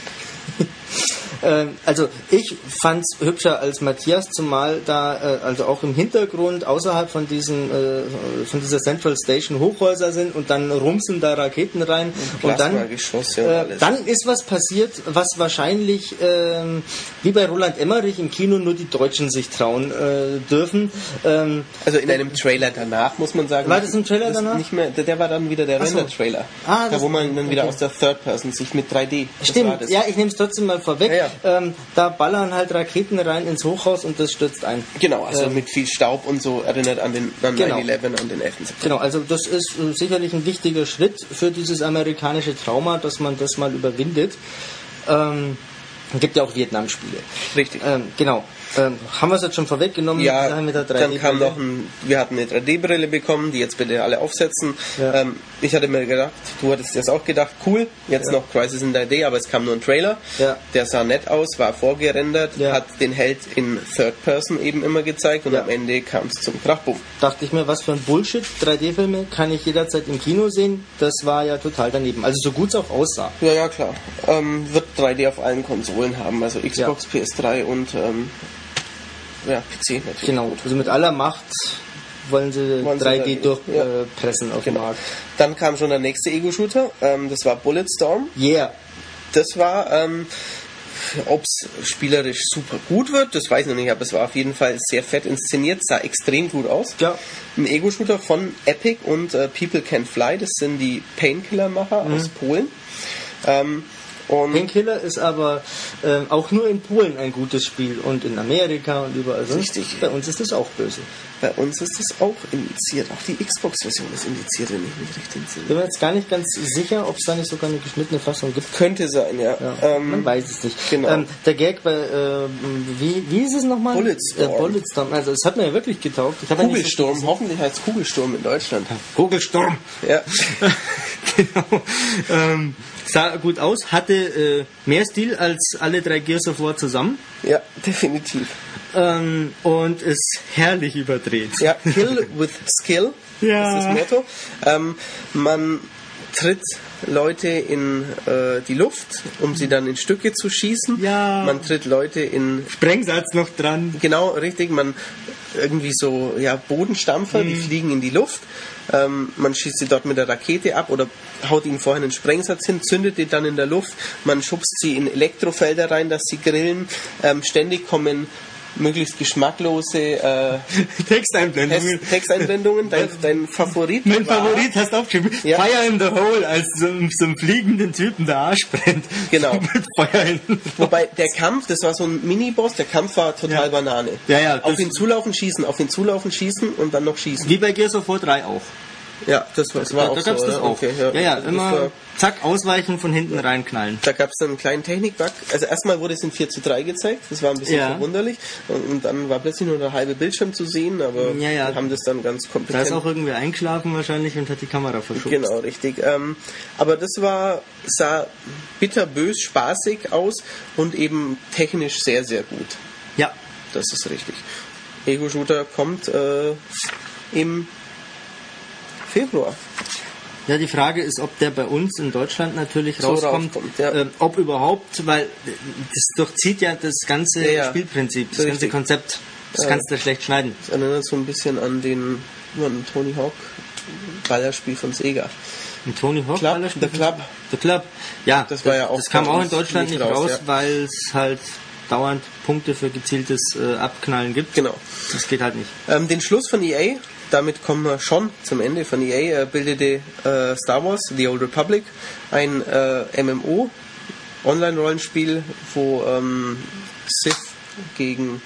ähm, also ich fand's hübscher als Matthias, zumal da äh, also auch im Hintergrund außerhalb von diesen äh, von dieser Central Station Hochhäuser sind und dann rumsen da Raketen rein und dann Plasmageschosse und äh, alles. dann ist was passiert, was wahrscheinlich ähm, wie bei Roland Emmerich im Kino nur die Deutschen sich trauen äh, dürfen. Ähm, Also in einem Trailer danach, muss man sagen. War das im Trailer das danach? Nicht mehr, der, der war dann wieder der Ach so. Render-Trailer. Ah, da das- wo man dann wieder okay. aus der Third Person sich mit drei D. das war Stimmt, das. ja, ich nehme es trotzdem mal vorweg. Ja, ja. Ähm, da ballern halt Raketen rein ins Hochhaus und das stürzt ein. Genau, also Ähm, mit viel Staub und so erinnert an den an Genau. neun elf, an den elften September. Genau, also das ist äh, sicherlich ein wichtiger Schritt für dieses amerikanische Trauma, dass man das mal überwindet. Ähm, es gibt ja auch Vietnam-Spiele. Richtig. Ähm, genau. Ähm, haben wir es jetzt schon vorweggenommen? Ja, mit der drei dann D kam Brille? noch ein, wir hatten eine drei D Brille bekommen, die jetzt bitte alle aufsetzen. Ja. Ähm, ich hatte mir gedacht, du hattest jetzt auch gedacht, cool, jetzt Ja. noch Crisis in drei D, aber es kam nur ein Trailer. Ja. Der sah nett aus, war vorgerendert, Ja. hat den Held in Third Person eben immer gezeigt und Ja. am Ende kam es zum Krachbumm. Dachte ich mir, was für ein Bullshit. drei D Filme kann ich jederzeit im Kino sehen. Das war ja total daneben. Also so gut es auch aussah. Ja, ja, klar. Ähm, wird drei D auf allen Konsolen haben, also Xbox, P S drei und ähm, ja, P C natürlich. Genau. Also mit aller Macht wollen sie Wollen sie drei D drei D, durchpressen ja. auf den Genau. Markt. Dann kam schon der nächste Ego-Shooter, ähm, das war Bulletstorm. Yeah. Das war, ähm, ob es spielerisch super gut wird, das weiß ich noch nicht, aber es war auf jeden Fall sehr fett inszeniert, sah extrem gut aus. Ja. Ein Ego-Shooter von Epic und äh, People Can Fly, das sind die Painkiller-Macher Mhm. aus Polen. Ähm, und Painkiller ist aber ähm, auch nur in Polen ein gutes Spiel und in Amerika und überall sonst. Richtig. Bei uns ist das auch böse. bei uns ist das auch indiziert, auch die Xbox-Version ist indiziert, wenn ich mich recht entsinne. Bin mir jetzt gar nicht ganz sicher, ob es da nicht sogar eine geschnittene Fassung gibt. Könnte sein, ja. Ja, Ähm, man weiß es nicht. genau. Ähm, der Gag bei, äh, wie, wie ist es nochmal? Bulletstorm. Äh, Bulletstorm. Also es hat mir ja wirklich getaugt. Ich hab ja nicht so Kugelsturm, hoffentlich heißt es Kugelsturm in Deutschland. Kugelsturm. Ja. Genau. Ähm, sah gut aus, hatte äh, mehr Stil als alle drei Gears of War zusammen Ja, definitiv. ähm, und ist herrlich überdreht. Ja, Kill with Skill, Ja. das ist das Motto. Ähm, man tritt Leute in äh, die Luft, um sie dann in Stücke zu schießen. Ja. Man tritt Leute in, Sprengsatz noch dran. genau, richtig, man irgendwie so, ja, Bodenstampfer, die fliegen in die Luft. Ähm, man schießt sie dort mit der Rakete ab oder haut ihnen vorher einen Sprengsatz hin, zündet die dann in der Luft. Man schubst sie in Elektrofelder rein, dass sie grillen. Ähm, ständig kommen möglichst geschmacklose äh, Texteinblendungen. Text, Texteinblendungen. Dein, dein Favorit Mein war, Favorit hast du aufgeschrieben. Ja. Fire in the Hole, als so, so einem fliegenden Typen der Arsch brennt. Genau. Mit Feuer in the Hole. Wobei der Kampf, das war so ein Mini-Boss, der Kampf war total Ja. Banane. Ja, ja, Auf das- ihn zulaufen, schießen, auf ihn zulaufen, schießen und dann noch schießen. Wie bei Gears of War drei auch. Ja, das war, das war da auch da gab's so. das oder? auch. Okay, ja, ja, Also das immer war, zack, ausweichen, von hinten reinknallen. da gab es einen kleinen Technikbug. Also erstmal wurde es in vier zu drei gezeigt, das war ein bisschen Ja. verwunderlich. Und, und dann war plötzlich nur der halbe Bildschirm zu sehen, aber Ja, ja. wir haben das dann ganz Da kompetent. ist auch irgendwie eingeschlafen wahrscheinlich und hat die Kamera verschoben. Genau, richtig. Ähm, aber das war, sah bitterbös, spaßig aus und eben technisch sehr, sehr gut. Ja, Das ist richtig. Ego-Shooter kommt äh, im Februar. Ja, die Frage ist, ob der bei uns in Deutschland natürlich So rauskommt, rauskommt, ja. ähm, ob überhaupt, weil das durchzieht ja das ganze Ja, ja. Spielprinzip, das Richtig. ganze Konzept. Das Ja. kannst du schlecht schneiden. Das erinnert so ein bisschen an den an Tony Hawk Ballerspiel von Sega. Ein Tony Hawk Club, Ballerspiel? The Club. The Club. Ja, Das war ja auch Das kam bei auch in uns Deutschland nicht nicht raus, raus, ja. weil es halt dauernd Punkte für gezieltes äh, Abknallen gibt. Genau. Das geht halt nicht. Ähm, den Schluss von E A, damit kommen wir schon zum Ende von E A, äh, bildete äh, Star Wars, The Old Republic, ein äh, M M O, Online-Rollenspiel, wo ähm, Sith gegen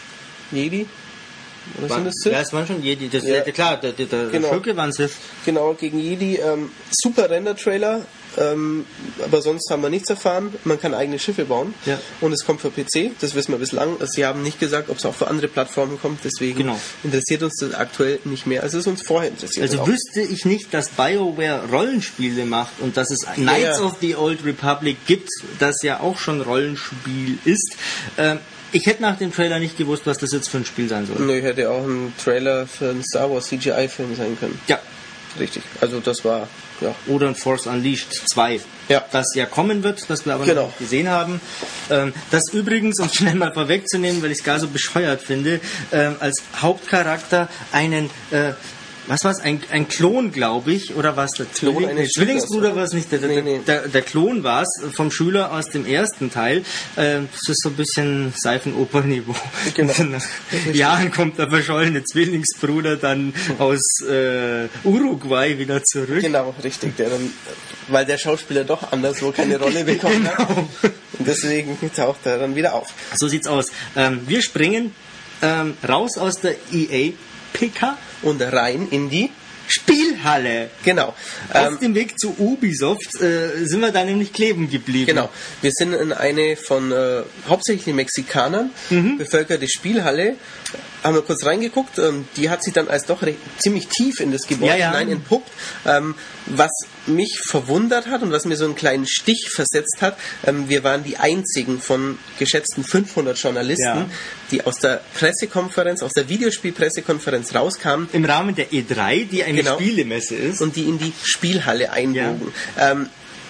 Jedi, oder sind das Sith? Ja, es waren schon Jedi. Das, Ja. ja. Klar, der, der, der Genau. Schurke waren Sith. Genau, gegen Jedi. Ähm, super Render-Trailer, ähm, aber sonst haben wir nichts erfahren. Man kann eigene Schiffe bauen Ja. und es kommt für P C, das wissen wir bislang. Sie haben nicht gesagt, ob es auch für andere Plattformen kommt, deswegen Genau. interessiert uns das aktuell nicht mehr, als es uns vorher interessiert Also hat. wüsste ich nicht, dass BioWare Rollenspiele macht und dass es Knights ja. of the Old Republic gibt, das ja auch schon Rollenspiel ist. Ähm, ich hätte nach dem Trailer nicht gewusst, was das jetzt für ein Spiel sein soll. Nö, hätte auch ein Trailer für einen Star Wars C G I-Film sein können. Ja. Richtig. Also das war, ja. Oder ein Force Unleashed zwei, Ja. das ja kommen wird, das wir aber Genau. noch nicht gesehen haben. Ähm, das übrigens, um schnell mal vorwegzunehmen, weil ich es gar so bescheuert finde, ähm, als Hauptcharakter einen, äh, was war's, ein, ein Klon, glaube ich, oder was der Klon Zwilling, eines nee, Zwillingsbruder Schülers, war es nicht, der, Nee, der, nee. der, der Klon war es vom Schüler aus dem ersten Teil. Ähm, das ist so ein bisschen Seifenoper-Niveau. Genau. Nach Jahren kommt der verschollene Zwillingsbruder dann aus äh, Uruguay wieder zurück. Genau, richtig. Der dann, weil der Schauspieler doch anderswo keine Rolle bekommen hat. Genau. Und deswegen taucht er dann wieder auf. So sieht's aus. Ähm, wir springen ähm, raus aus der E A-P K. Und rein in die Spielhalle. Genau. Auf Ähm, dem Weg zu Ubisoft äh, sind wir da nämlich kleben geblieben. genau. Wir sind in eine von äh, hauptsächlich Mexikanern Mhm. bevölkerte Spielhalle. Haben wir kurz reingeguckt. Ähm, die hat sich dann als doch recht, ziemlich tief in das Gebäude Ja, ja. hinein entpuppt. Ähm, was mich verwundert hat und was mir so einen kleinen Stich versetzt hat, ähm, wir waren die einzigen von geschätzten fünfhundert Journalisten, Ja. die aus der Pressekonferenz, aus der Videospielpressekonferenz rauskamen Im Rahmen der E drei, die eine Genau. Spielemesse ist. und die in die Spielhalle einbogen. Ja, ähm,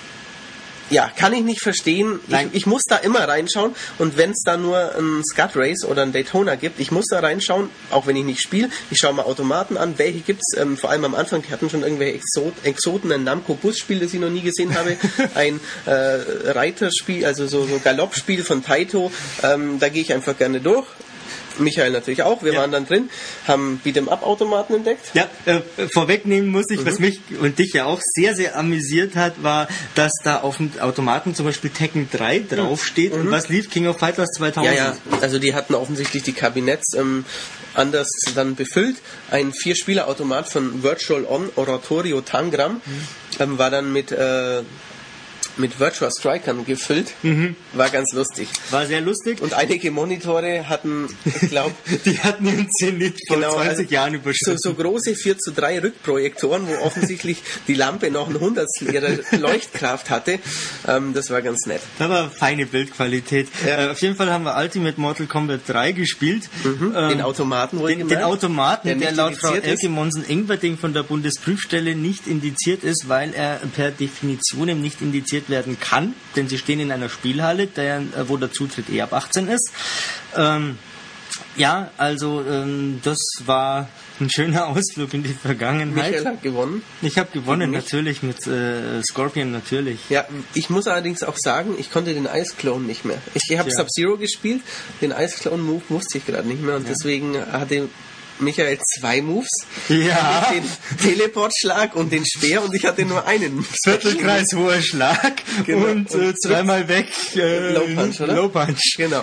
ja kann ich nicht verstehen. Nein. Ich, ich muss da immer reinschauen und wenn es da nur ein Scut Race oder ein Daytona gibt, ich muss da reinschauen, auch wenn ich nicht spiele. Ich schaue mal Automaten an, welche gibt's. Ähm, vor allem am Anfang, die hatten schon irgendwelche Exot Exoten, ein Namco-Bus-Spiel, das ich noch nie gesehen habe, ein äh, Reiterspiel, also so, so Galoppspiel von Taito. Ähm, da gehe ich einfach gerne durch. Michael natürlich auch. Wir Ja. waren dann drin, haben Beat'em-up-Automaten entdeckt. Ja, äh, vorwegnehmen muss ich, Mhm. was mich und dich ja auch sehr, sehr amüsiert hat, war, dass da auf dem Automaten zum Beispiel Tekken drei draufsteht. Und was lief? King of Fighters zweitausend. Ja, ja, also die hatten offensichtlich die Kabinetts ähm, anders dann befüllt. Ein Vier-Spieler-Automat von Virtual On Oratorio Tangram ähm, war dann mit, äh, mit Virtual Strikern gefüllt. War ganz lustig. War sehr lustig. Und einige Monitore hatten, ich glaube, Die hatten ihren Zenit vor Genau, zwanzig also Jahren so, überschritten. so große vier zu drei Rückprojektoren, wo offensichtlich die Lampe noch ein Hundertstel ihrer Leuchtkraft hatte. Ähm, das war ganz nett. Das war feine Bildqualität. Ja. Äh, auf jeden Fall haben wir Ultimate Mortal Kombat drei gespielt. Mhm. Ähm, Den Automaten wohl Den, den Automaten, der, der nicht laut Frau indiziert ist. Elke Monsen-Engwerding von der Bundesprüfstelle nicht indiziert ist, weil er per Definition nicht indiziert werden kann, denn sie stehen in einer Spielhalle, der, wo der Zutritt eh ab achtzehn ist. Ähm, Ja, also ähm, das war ein schöner Ausflug in die Vergangenheit. Michael hat gewonnen. Ich habe gewonnen, natürlich, mit äh, Scorpion natürlich. Ja, ich muss allerdings auch sagen, ich konnte den Ice Clone nicht mehr. Ich, ich habe Ja. Sub-Zero gespielt, den Ice Clone Move wusste ich gerade nicht mehr und Ja. deswegen hatte Michael zwei Moves. Ja. Den Teleportschlag und den Speer und ich hatte nur einen. Viertelkreis, hoher Schlag Genau. und, äh, Und zweimal weg. Äh, Low Punch, oder? Low Punch. Genau.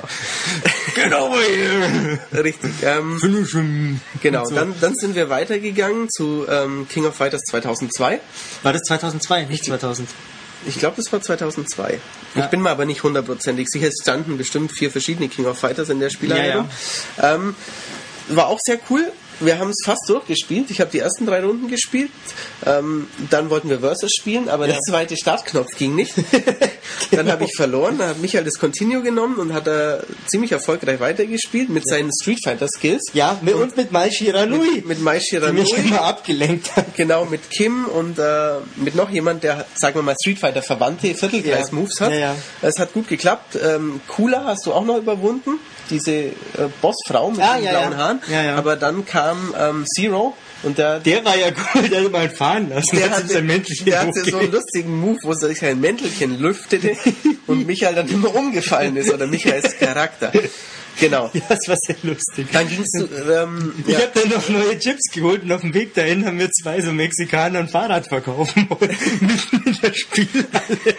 Genau hier. Richtig. Ähm, Finish him. genau, Und so. dann, dann sind wir weitergegangen zu ähm, King of Fighters zweitausendzwei. War das zweitausendzwei, nicht zweitausend? Ich glaube, das war zweitausendzwei. Ja. Ich bin mir aber nicht hundertprozentig sicher. Es standen bestimmt vier verschiedene King of Fighters in der Spielanleitung. Ja, Ähm, war auch sehr cool. Wir haben es fast durchgespielt. Ich habe die ersten drei Runden gespielt. Ähm, dann wollten wir Versus spielen, aber Ja. der zweite Startknopf ging nicht. Dann habe ich verloren. Dann hat Michael das Continue genommen und hat er ziemlich erfolgreich weitergespielt mit seinen Street Fighter Skills. Ja, mit, und mit Mai Shiranui. Mit, mit Mai die mich Shiranui. immer abgelenkt hat. Genau, mit Kim und äh, mit noch jemand, der, sagen wir mal, Street Fighter verwandte Viertelkreis-Moves hat. Ja, ja. Es hat gut geklappt. Ähm, Cooler hast du auch noch überwunden, diese äh, Bossfrau mit Ah, den ja, blauen ja. Haaren. Ja, ja. Aber dann kam ähm, Zero und der, Der war ja cool, der hat mal fahren lassen. der, hat hatte, sein Mäntelchen der hatte so einen hochgelegt. lustigen Move, wo sich sein Mäntelchen lüftete und Michael dann immer umgefallen ist, oder Michaels Charakter. Genau. Ja, das war sehr lustig. Dann gingst du, ähm, Ich ja. habe dann noch neue Chips geholt und auf dem Weg dahin haben wir zwei so Mexikaner ein Fahrrad verkaufen wollen. Mitten in der Spielhalle.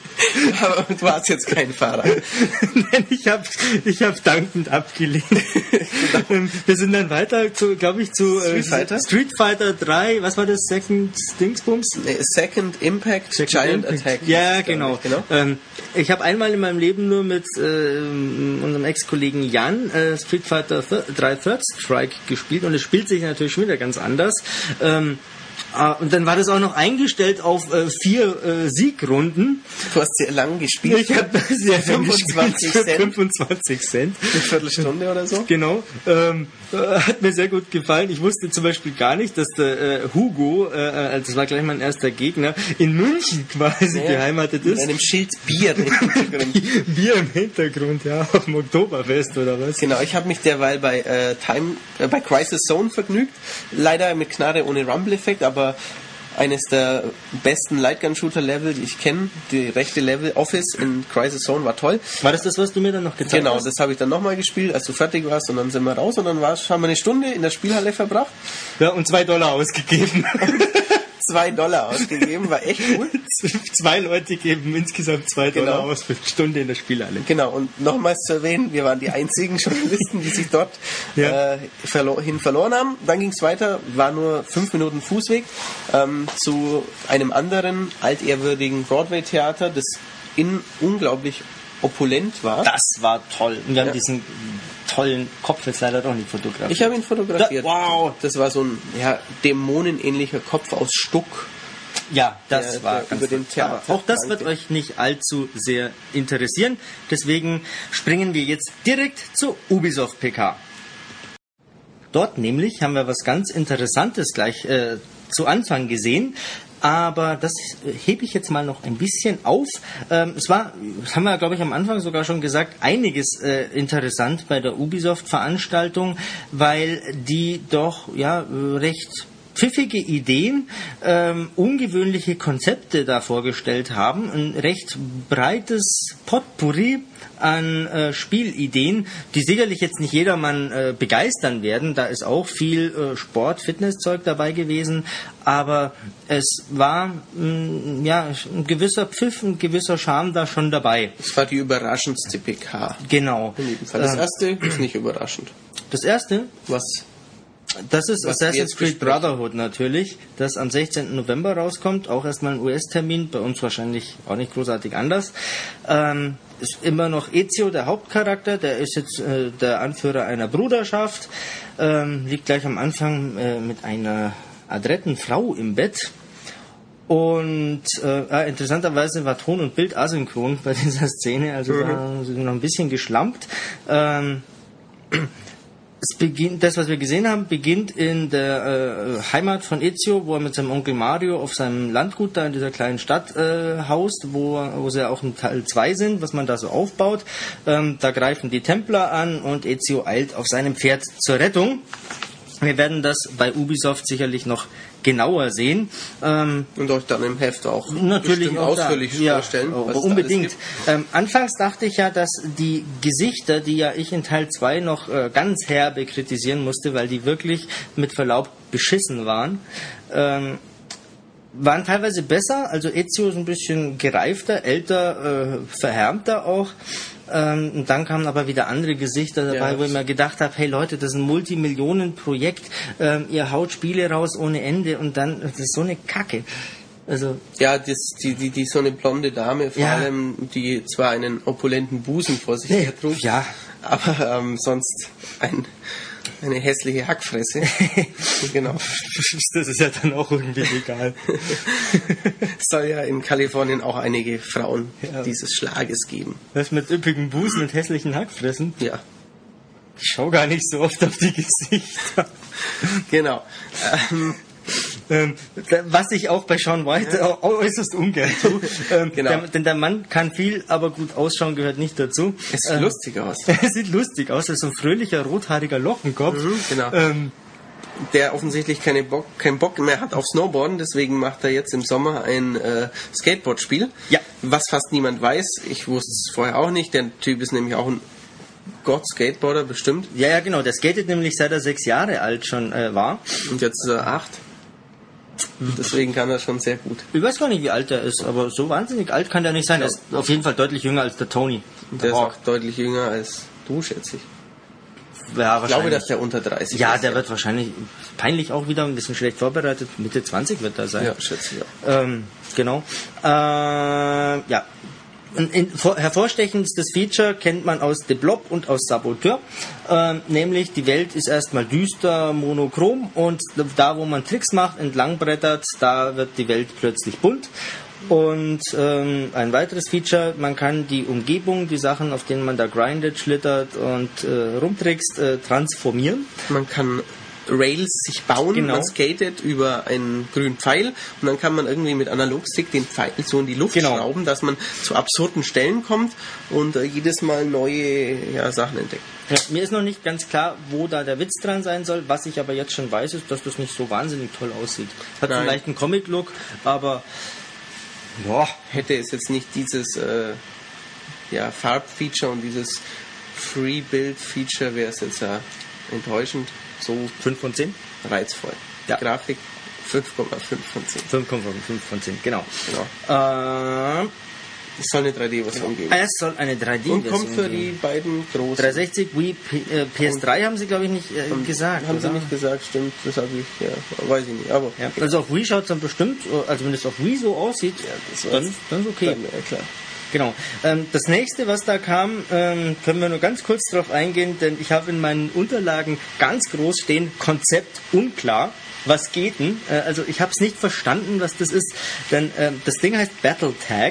aber du hast jetzt kein Fahrrad. Nein, ich habe ich hab dankend abgelehnt. Ähm, Wir sind dann weiter zu, glaube ich, zu äh, Street Fighter? Street Fighter drei, was war das? Second Dingsbums? Nee, Second Impact, Second Giant Impact. Attack. Ja, hieß es, genau. glaub ich, genau. Ähm, ich habe einmal in meinem Leben nur mit äh, unserem Ex-Kollegen Jan äh, Street Fighter drei Third Strike gespielt und es spielt sich natürlich schon wieder ganz anders. Ähm, äh, und dann war das auch noch eingestellt auf äh, vier äh, Siegrunden. Du hast sehr lang gespielt. Ich habe sehr viel fünfundzwanzig gespielt für Cent. fünfundzwanzig Cent. Eine Viertelstunde oder so. Genau, ähm, äh, hat mir sehr gut gefallen. Ich wusste zum Beispiel gar nicht, dass der äh, Hugo, äh, äh, das war gleich mein erster Gegner, in München quasi Ja, beheimatet mit ist. einem Schild Bier im Hintergrund. Bier im Hintergrund, ja, auf dem Oktoberfest oder was? Genau, ich habe mich derweil bei äh, Time, äh, bei Crisis Zone vergnügt. Leider mit Knarre ohne Rumble-Effekt, aber eines der besten Lightgun-Shooter-Level, die ich kenne. Die rechte Level Office in Crisis Zone war toll. War das das, was du mir dann noch gezeigt Genau, hast? das habe ich dann nochmal gespielt, als du fertig warst, und dann sind wir raus und dann war's, haben wir eine Stunde in der Spielhalle verbracht. Ja, und zwei Dollar ausgegeben. Zwei Dollar ausgegeben, war echt cool. Zwei Leute geben insgesamt zwei Dollar Genau. aus für eine Stunde in der Spielhalle. Genau, und nochmals zu erwähnen, wir waren die einzigen Journalisten, die sich dort Ja. äh, verlo- hin verloren haben. Dann ging es weiter, war nur fünf Minuten Fußweg ähm, zu einem anderen altehrwürdigen Broadway-Theater, das innen unglaublich opulent war. Das war toll. Und wir haben Ja. diesen tollen Kopf jetzt leider doch nicht fotografiert. Ich habe ihn fotografiert. Da- wow. Das war so ein ja, dämonenähnlicher Kopf aus Stuck. Ja, das Der- war der ganz über den toll. Aber Theater auch das wird prangte. euch nicht allzu sehr interessieren. Deswegen springen wir jetzt direkt zur Ubisoft P K. Dort nämlich haben wir was ganz Interessantes gleich äh, zu Anfang gesehen. Aber das hebe ich jetzt mal noch ein bisschen auf. Ähm, es war, das haben wir, glaube ich, am Anfang sogar schon gesagt, einiges äh, interessant bei der Ubisoft-Veranstaltung, weil die doch ja recht pfiffige Ideen, ähm, ungewöhnliche Konzepte da vorgestellt haben, ein recht breites Potpourri an äh, Spielideen, die sicherlich jetzt nicht jedermann äh, begeistern werden. Da ist auch viel äh, Sport, Fitnesszeug dabei gewesen, aber es war mh, ja ein gewisser Pfiff, ein gewisser Charme da schon dabei. Das war die überraschendste P K. Genau. In jedem Fall. Das Äh, erste ist nicht überraschend. das erste, Was? das ist Was wir Assassin's jetzt Creed besprechen. Brotherhood natürlich, das am sechzehnten November rauskommt, auch erstmal ein U S-Termin, bei uns wahrscheinlich auch nicht großartig anders. Ähm, ist immer noch Ezio, der Hauptcharakter, der ist jetzt äh, der Anführer einer Bruderschaft, ähm, liegt gleich am Anfang äh, mit einer adretten Frau im Bett. Und äh, interessanterweise war Ton und Bild asynchron bei dieser Szene, also Mhm. da sind wir noch ein bisschen geschlampt. Ähm, es beginnt, das, was wir gesehen haben, beginnt in der äh, Heimat von Ezio, wo er mit seinem Onkel Mario auf seinem Landgut da in dieser kleinen Stadt äh, haust, wo, wo sie auch in Teil zwei sind, was man da so aufbaut. Ähm, da greifen die Templer an und Ezio eilt auf seinem Pferd zur Rettung. Wir werden das bei Ubisoft sicherlich noch genauer sehen. Ähm, und euch dann im Heft auch natürlich auch ausführlich da, vorstellen. Ja, was unbedingt. Ähm, anfangs dachte ich ja, dass die Gesichter, die ja ich in Teil zwei noch äh, ganz herbe kritisieren musste, weil die wirklich mit Verlaub beschissen waren, ähm, waren teilweise besser. Also Ezio ist ein bisschen gereifter, älter, äh, verhärmter auch. Ähm, und dann kamen aber wieder andere Gesichter dabei, ja, wo ich mir gedacht habe, hey Leute, das ist ein Multimillionen-Projekt, ähm, ihr haut Spiele raus ohne Ende und dann, das ist so eine Kacke. Also ja, das, die, die, die so eine blonde Dame vor ja. allem, die zwar einen opulenten Busen vor sich her trug, ja. aber ähm, sonst ein eine hässliche Hackfresse. Genau. Das ist ja dann auch irgendwie egal. Es soll ja in Kalifornien auch einige Frauen ja. dieses Schlages geben. Das mit üppigen Busen und hässlichen Hackfressen? Ja. Ich schau gar nicht so oft auf die Gesichter. Genau. Ähm, Ähm, was ich auch bei Sean White ja. äußerst ungern tue. Ähm, genau. der, denn der Mann kann viel, aber gut ausschauen gehört nicht dazu. Es sieht ähm, lustig aus. Es sieht lustig aus. Er ist so ein fröhlicher, rothaariger Lockenkopf. Mhm, genau. Ähm, der offensichtlich keine Bock, keinen Bock mehr hat auf Snowboarden, deswegen macht er jetzt im Sommer ein äh, Skateboard-Spiel. Ja. Was fast niemand weiß. Ich wusste es vorher auch nicht. Der Typ ist nämlich auch ein Gott-Skateboarder, bestimmt. Ja, ja, genau. Der skatet nämlich seit er sechs Jahre alt schon äh, war. Und jetzt ist er acht. Deswegen kann er schon sehr gut. Ich weiß gar nicht, wie alt er ist, aber so wahnsinnig alt kann der nicht sein. Er ist auf jeden Fall deutlich jünger als der Tony. Der, der ist auch deutlich jünger als du, schätze ich. Ja, ich glaube, dass der unter dreißig ja, ist. Der ja, der wird wahrscheinlich peinlich auch wieder ein bisschen schlecht vorbereitet. Mitte zwanzig wird er sein. Ja, schätze ich auch. Ähm, genau. Äh, ja. Ein, ein hervorstechendes Feature kennt man aus The Blob und aus Saboteur, ähm, nämlich die Welt ist erstmal düster, monochrom und da, wo man Tricks macht, entlangbrettert, da wird die Welt plötzlich bunt. Und ähm, ein weiteres Feature, man kann die Umgebung, die Sachen, auf denen man da grindet, schlittert und äh, rumtrickst, äh, transformieren. Man kann Rails sich bauen, genau. Man skatet über einen grünen Pfeil und dann kann man irgendwie mit Analogstick den Pfeil so in die Luft genau. schrauben, dass man zu absurden Stellen kommt und äh, jedes Mal neue ja, Sachen entdeckt. Ja, mir ist noch nicht ganz klar, wo da der Witz dran sein soll. Was ich aber jetzt schon weiß, ist, dass das nicht so wahnsinnig toll aussieht. Hat Nein. vielleicht einen Comic-Look, aber ja. Hätte es jetzt nicht dieses äh, ja, Farbfeature und dieses Free-Build-Feature, wäre es jetzt ja enttäuschend. So fünf von zehn? Reizvoll. Ja. Grafik fünf Komma fünf von zehn. fünf Komma fünf von zehn, genau. genau. Äh, es soll eine drei D-Version geben. Es soll eine drei D-Version geben. Und kommt für die beiden großen. dreihundertsechzig, Wii, P, äh, P S drei haben sie, glaube ich, nicht äh, haben, gesagt. Haben oder? sie nicht gesagt, stimmt. Das habe ich, ja, weiß ich nicht. Aber ja. Also auf Wii schaut es dann bestimmt, also wenn es auf Wii so aussieht, ja, das dann, dann ist okay. Dann, ja, klar. Genau. Ähm, das nächste, was da kam, ähm, können wir nur ganz kurz drauf eingehen, denn ich habe in meinen Unterlagen ganz groß stehen, Konzept unklar. Was geht denn? Äh, also ich habe es nicht verstanden, was das ist, denn äh, das Ding heißt Battletag.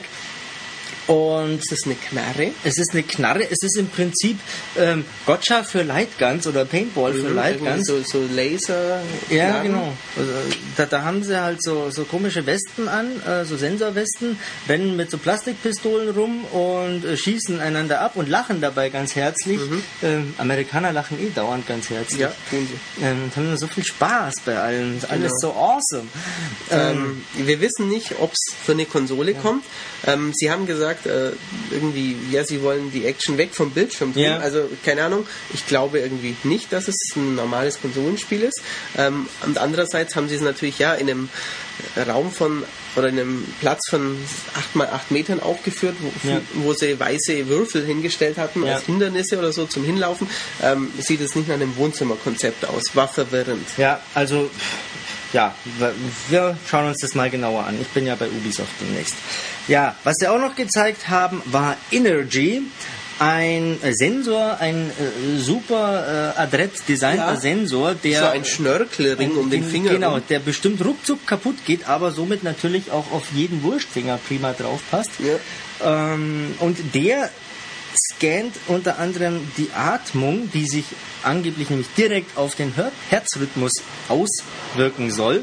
Und es ist eine Knarre. Es ist eine Knarre. Es ist im Prinzip ähm, Gotcha für Lightguns oder Paintball für mhm, Lightguns. So, so Laser. Ja, genau. Also, da, da haben sie halt so, so komische Westen an, äh, so Sensorwesten, rennen mit so Plastikpistolen rum und äh, schießen einander ab und lachen dabei ganz herzlich. Mhm. Ähm, Amerikaner lachen eh dauernd ganz herzlich. Ja, tun sie. Ähm, und haben so viel Spaß bei allem. Genau. Alles so awesome. Ähm, ähm, wir wissen nicht, ob es für eine Konsole ja. kommt. Ähm, sie haben gesagt, Äh, irgendwie, ja, sie wollen die Action weg vom Bildschirm tun. Ja. Also, keine Ahnung, ich glaube irgendwie nicht, dass es ein normales Konsolenspiel ist. Ähm, und andererseits haben sie es natürlich ja in einem Raum von, oder in einem Platz von acht mal acht Metern aufgeführt, wo, ja. wo sie weiße Würfel hingestellt hatten ja. als Hindernisse oder so zum Hinlaufen. Ähm, sieht es nicht nach einem Wohnzimmerkonzept aus. War verwirrend. Ja, also ja, wir schauen uns das mal genauer an. Ich bin ja bei Ubisoft demnächst. Ja, was sie auch noch gezeigt haben, war Energy. Ein Sensor, ein äh, super äh, adrett designter ja. Sensor, der... So ein Schnörkelring ein, um den Finger. Genau, rum. der bestimmt ruckzuck kaputt geht, aber somit natürlich auch auf jeden Wurstfinger prima drauf passt. Ja. Ähm, und der scannt unter anderem die Atmung, die sich angeblich nämlich direkt auf den Her- Herzrhythmus auswirken soll.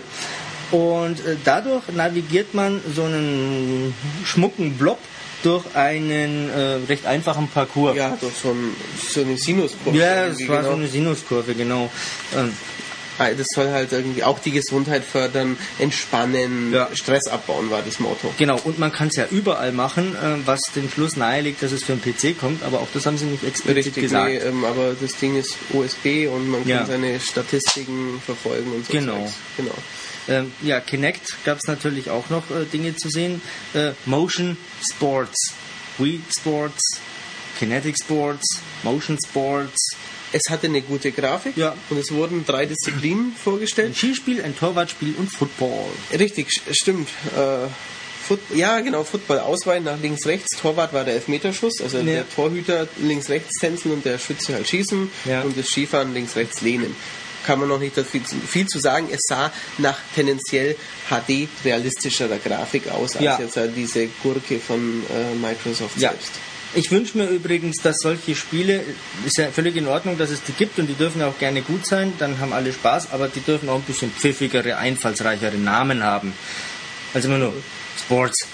Und äh, dadurch navigiert man so einen schmucken Blob durch einen äh, recht einfachen Parcours. Ja, durch so, ein, so eine Sinuskurve. Ja, es war genau. so eine Sinuskurve, genau. Ähm, Das soll halt irgendwie auch die Gesundheit fördern, entspannen, Ja. Stress abbauen, war das Motto. Genau, und man kann es ja überall machen, äh, was den Schluss nahelegt, dass es für einen P C kommt, aber auch das haben sie nicht explizit Richtig, gesagt. nee, ähm, aber das Ding ist U S B und man Ja. kann seine Statistiken verfolgen und so. Genau. Zeugs. Genau. Ähm, ja, Kinect gab es natürlich auch noch äh, Dinge zu sehen. Äh, Motion Sports, Wii Sports, Kinetic Sports, Motion Sports. Es hatte eine gute Grafik Ja. und es wurden drei Disziplinen Ein vorgestellt. Skispiel, ein Torwartspiel und Football. Richtig, sch- stimmt. Äh, Foot ja, genau, Football ausweichen nach links, rechts. Torwart war der Elfmeterschuss, also Ja. der Torhüter links, rechts tänzen und der Schütze halt schießen Ja. und das Skifahren links, rechts lehnen. Kann man noch nicht viel zu, viel zu sagen. Es sah nach tendenziell H D realistischerer Grafik aus als Ja. jetzt halt diese Gurke von äh, Microsoft Ja. selbst. Ich wünsche mir übrigens, dass solche Spiele, ist ja völlig in Ordnung, dass es die gibt und die dürfen auch gerne gut sein, dann haben alle Spaß, aber die dürfen auch ein bisschen pfiffigere, einfallsreichere Namen haben. Also immer nur Sports.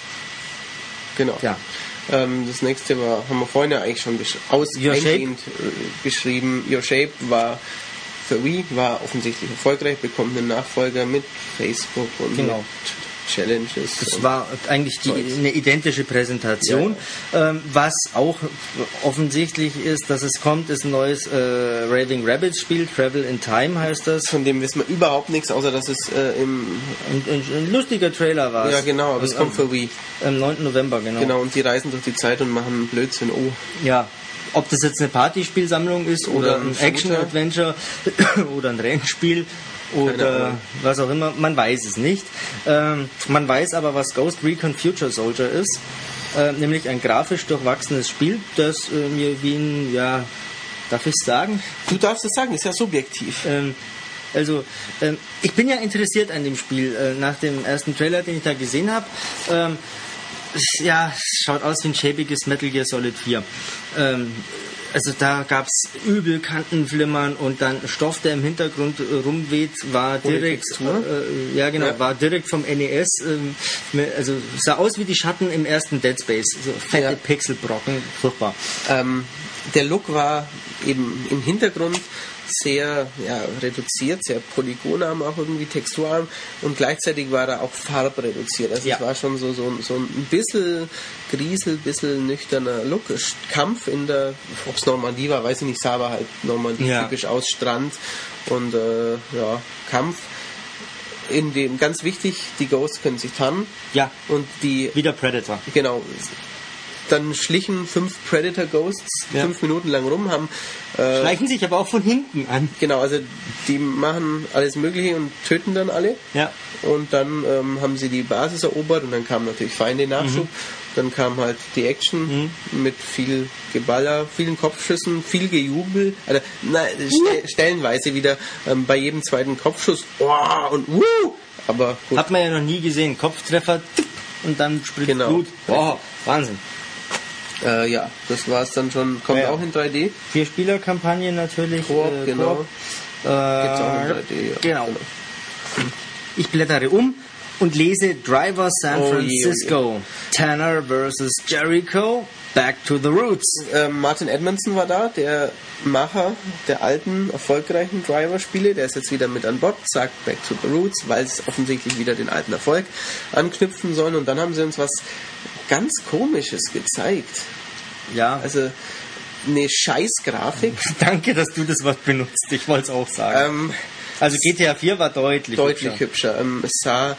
Genau. Ja. Ähm, das nächste war, haben wir vorhin ja eigentlich schon besch aus Your Shape. eingehend äh, beschrieben. Your Shape war für Wii, war offensichtlich erfolgreich, bekommt einen Nachfolger mit Facebook und Genau. mit Challenges. Es und war eigentlich die, eine identische Präsentation. Ähm, was auch offensichtlich ist, dass es kommt, ist ein neues äh, Raving Rabbids Spiel, Travel in Time heißt das. von dem wissen wir überhaupt nichts, außer dass es äh, im... Ein, ein, ein lustiger Trailer war es. Ja genau, aber es Am- kommt für Wii. Am neunten November, genau. Genau, und die reisen durch die Zeit und machen Blödsinn. Oh, Ja. Ob das jetzt eine Partyspielsammlung ist oder, Oder ein ein Shooter. Action-Adventure oder ein Rennspiel Keine oder Ahnung. was auch immer, man weiß es nicht. Ähm, man weiß aber, was Ghost Recon Future Soldier ist. Äh, nämlich ein grafisch durchwachsenes Spiel, das äh, mir wie ein, ja, darf ich sagen? du darfst es sagen, ist ja subjektiv. Ähm, also, ähm, ich bin ja interessiert an dem Spiel. Äh, nach dem ersten Trailer, den ich da gesehen habe, ähm, ja, es schaut aus wie ein schäbiges Metal Gear Solid vier. Ähm, also da gab es übel Kantenflimmern und dann Stoff, der im Hintergrund äh, rumweht, war Ohne direkt, Textur? äh, ja genau, Ja. war direkt vom N E S. Ähm, mit- also sah aus wie die Schatten im ersten Dead Space, so fette Ja. Pixelbrocken, furchtbar. Ähm, der Look war eben im Hintergrund sehr ja, reduziert, sehr polygonarm, auch irgendwie texturarm und gleichzeitig war er auch farbreduziert. Also Ja. es war schon so, so, so ein bisschen Griesel, bisschen nüchterner Look. Kampf in der, ob es Normandie war, weiß ich nicht, sah aber halt Normandie Ja. typisch aus, Strand und äh, ja, Kampf. In dem, ganz wichtig, die Ghosts können sich tarnen Ja, und die wieder Predator. Genau. Dann schlichen fünf Predator Ghosts Ja. fünf Minuten lang rum, haben äh, Schleichen sich aber auch von hinten an. genau, also die machen alles Mögliche und töten dann alle. Ja. Und dann ähm, haben sie die Basis erobert und dann kam natürlich Feinde Nachschub. Mhm. Dann kam halt die Action mit viel Geballer, vielen Kopfschüssen, viel Gejubel. Also, na, ste stellenweise wieder ähm, bei jedem zweiten Kopfschuss oh, und wuh! Aber gut. Hat man ja noch nie gesehen. Kopftreffer tipp, und dann spritzt Genau. Blut. Boah, Wahnsinn. Äh, ja, das war es dann schon. Kommt Ja, ja. auch in drei D. Vier-Spieler-Kampagne natürlich. Koop, äh, genau. Koop. Äh, Gibt's auch in drei D. Ja. Genau. Ich blättere um und lese Driver San Oh je, oh je. Francisco. Tanner versus Jericho. Back to the Roots. Ähm, Martin Edmondson war da, der Macher der alten, erfolgreichen Driver-Spiele. Der ist jetzt wieder mit an Bord, sagt Back to the Roots, weil es offensichtlich wieder den alten Erfolg anknüpfen sollen. Und dann haben sie uns was ganz Komisches gezeigt. Ja, Also eine Scheiß-Grafik. danke, dass du das Wort benutzt. Ich wollte es auch sagen. ähm, also G T A vier war deutlich deutlich hübscher. hübscher. Ähm, es sah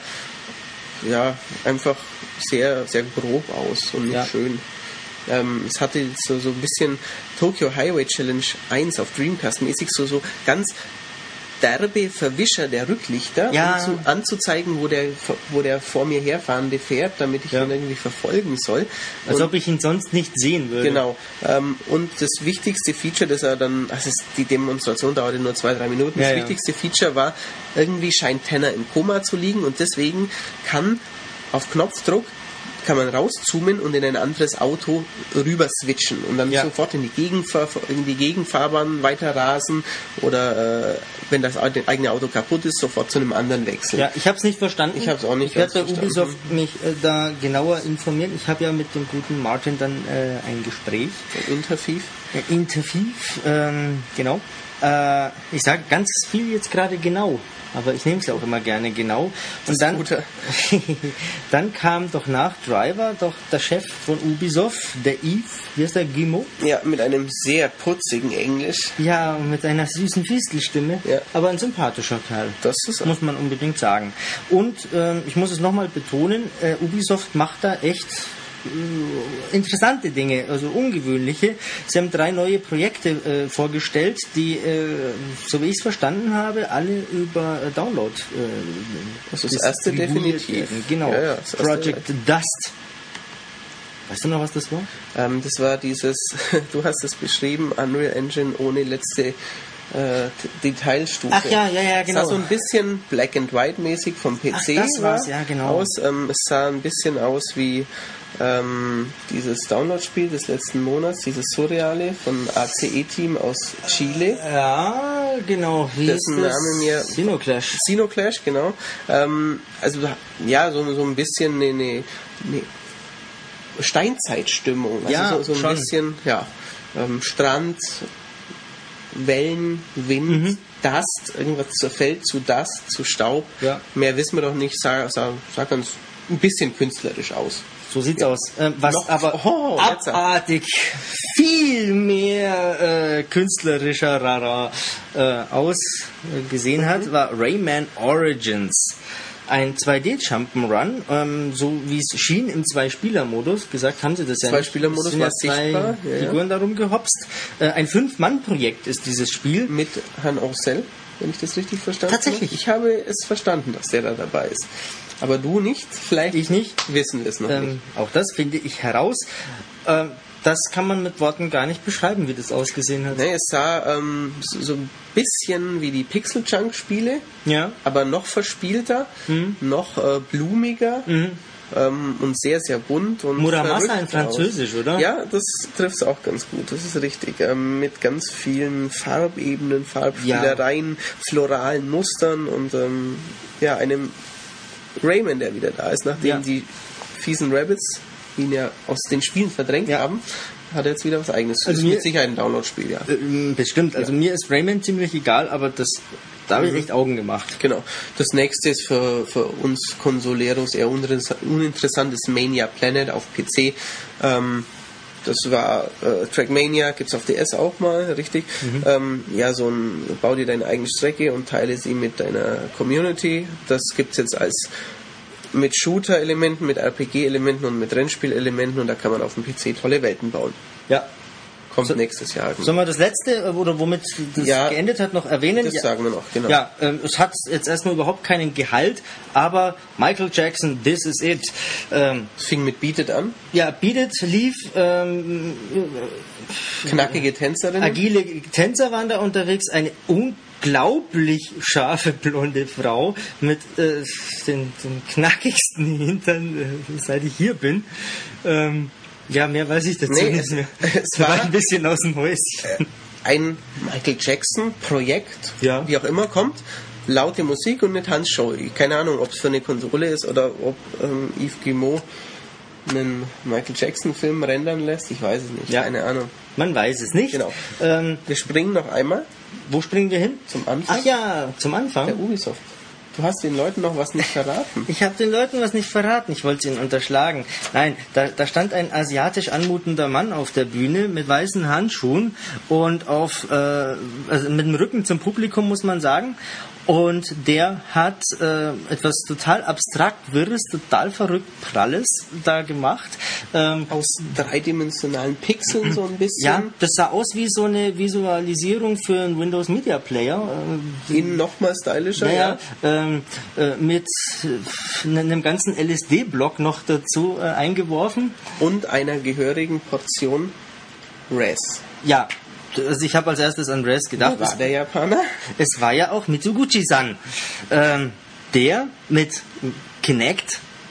ja einfach sehr, sehr grob aus und nicht Ja. schön. Ähm, es hatte so, so ein bisschen Tokyo Highway Challenge eins auf Dreamcast mäßig so, so ganz derbe Verwischer der Rücklichter, Ja. um zu, anzuzeigen, wo der, wo der vor mir herfahrende fährt, damit ich Ja. ihn irgendwie verfolgen soll. Als Und- ob ich ihn sonst nicht sehen würde. Genau. Ähm, und das wichtigste Feature, das er dann, also es, die Demonstration dauerte nur zwei, drei Minuten, Ja, das ja. wichtigste Feature war, irgendwie scheint Tanner im Koma zu liegen und deswegen kann auf Knopfdruck kann man rauszoomen und in ein anderes Auto rüber switchen und dann ja. sofort in die, Gegenfahr- in die Gegenfahrbahn weiter rasen oder äh, wenn das eigene Auto kaputt ist, sofort zu einem anderen wechseln. Ja, ich habe es nicht verstanden. Ich habe es auch nicht Ich werde bei verstanden. Ubisoft mich äh, da genauer informieren. Ich habe ja mit dem guten Martin dann äh, ein Gespräch. Ein Interview. Ein Interview, ähm, genau. Äh, ich sage ganz viel jetzt gerade genau, aber ich nehme es ja auch immer gerne genau. Und dann, dann kam doch nach Driver doch der Chef von Ubisoft, der Yves, wie heißt der, Guillemot? Ja, mit einem sehr putzigen Englisch. Ja, und mit einer süßen Fistelstimme, ja. Aber ein sympathischer Kerl. Das ist muss man unbedingt sagen. Und ähm, ich muss es nochmal betonen, äh, Ubisoft macht da echt interessante Dinge, also ungewöhnliche. Sie haben drei neue Projekte äh, vorgestellt, die, äh, so wie ich es verstanden habe, alle über äh, Download äh, das ist das erste definitiv. Werden. Genau. Ja, ja, das Project Dust. Weißt du noch, was das war? Ähm, das war dieses, du hast es beschrieben, Unreal Engine ohne letzte äh, Detailstufe. Ach ja, ja, ja, genau. Es sah so ein bisschen Black and White mäßig vom P C Ach, das war's, ja, genau. aus. Ähm, es sah ein bisschen aus wie ähm, dieses Download-Spiel des letzten Monats, dieses Surreale von A C E-Team aus Chile. Ja, genau. Wie dessen Name mir Xenoclash. Xenoclash, genau. Ähm, also ja, so, so ein bisschen eine, eine, eine Steinzeitstimmung. Also ja, so, so ein schon. bisschen, ja, ähm, Strand, Wellen, Wind, mhm. Dust, irgendwas zerfällt zu Dust, zu Staub. Ja. Mehr wissen wir doch nicht, sah, sah, sah ganz ein bisschen künstlerisch aus. So sieht's ja. aus. Ähm, was Noch, aber oh, abartig viel mehr äh, künstlerischer Rara äh, ausgesehen mhm. hat, war Rayman Origins. Ein zwei D Jump'n'Run, ähm, so wie es schien im Zwei-Spieler-Modus, gesagt haben sie das ja nicht. Zwei-Spieler-Modus war sichtbar. Ja, Figuren ja. darum gehopst. Äh, ein Fünf-Mann-Projekt ist dieses Spiel. Mit Herrn Orcel, wenn ich das richtig verstanden habe. Tatsächlich. Ich habe es verstanden, dass der da dabei ist. Aber du nicht? Vielleicht ich nicht. Wissen wir es noch ähm, nicht. Auch das finde ich heraus. Ähm, das kann man mit Worten gar nicht beschreiben, wie das ausgesehen hat. Nee, es sah ähm, so, so ein bisschen wie die Pixel-Junk-Spiele, ja. aber noch verspielter, mhm. noch äh, blumiger mhm. ähm, und sehr, sehr bunt. Und Muramasa in Französisch, aus. oder? Ja, das trifft es auch ganz gut, das ist richtig. Ähm, mit ganz vielen Farbebenen, Farbspielereien, ja. floralen Mustern und ähm, ja, einem Rayman, der wieder da ist, nachdem ja. die fiesen Rabbits ihn ja aus den Spielen verdrängt ja. haben, hat er jetzt wieder was Eigenes. Das also ist mir, mit Sicherheit ein Download-Spiel, ja. Äh, bestimmt. Also ja. mir ist Rayman ziemlich egal, aber das, da habe ich echt Augen gemacht. Genau. Das nächste ist für, für uns Consoleros eher uninteressantes Mania Planet auf P C. Ähm, das war äh, Trackmania, gibt's auf D S auch mal, richtig. Mhm. Ähm, ja, so ein, bau dir deine eigene Strecke und teile sie mit deiner Community. Das gibt's jetzt als mit Shooter-Elementen, mit R P G-Elementen und mit Rennspiel-Elementen und da kann man auf dem P C tolle Welten bauen. Ja. Kommt so, nächstes Jahr. Sollen wir das letzte, oder womit das ja, geendet hat, noch erwähnen? Das ja, sagen wir noch, genau. Ja, ähm, es hat jetzt erstmal überhaupt keinen Gehalt, aber Michael Jackson, This Is It. Ähm, es fing mit Beat It an. Ja, Beat It lief. Ähm, Knackige Tänzerinnen. Agile Tänzer waren da unterwegs, eine unglaublich scharfe blonde Frau mit äh, den, den knackigsten Hintern, äh, seit ich hier bin. Ähm, ja, mehr weiß ich dazu nee, nicht mehr. Es war, war ein bisschen aus dem Häuschen. Ein Michael Jackson Projekt, ja. wie auch immer kommt, laute Musik und eine Tanzshow. Keine Ahnung, ob es für eine Konsole ist oder ob ähm, Yves Guillemot einen Michael Jackson Film rendern lässt. Ich weiß es nicht. Ja. Keine Ahnung. Man weiß es nicht. Genau. Ähm, wir springen noch einmal. Wo springen wir hin? Zum Anfang. Ach ja, zum Anfang. Der Ubisoft. Du hast den Leuten noch was nicht verraten. Ich habe den Leuten was nicht verraten. Ich wollte es ihnen unterschlagen. Nein, da, da stand ein asiatisch anmutender Mann auf der Bühne mit weißen Handschuhen und auf, äh, also mit dem Rücken zum Publikum, muss man sagen. Und der hat äh, etwas total abstrakt Wirres, total verrückt Pralles da gemacht. Ähm, Aus dreidimensionalen Pixeln so ein bisschen. Ja, das sah aus wie so eine Visualisierung für einen Windows Media Player. Äh, In nochmal stylischer, naja, ja. Ähm, äh, mit äh, einem ganzen L S D-Block noch dazu äh, eingeworfen. Und einer gehörigen Portion Res. Ja. Also ich habe als erstes an Res gedacht. Wo war der Japaner? Es war ja auch Mitsuguchi-san. Ähm, der mit Kinect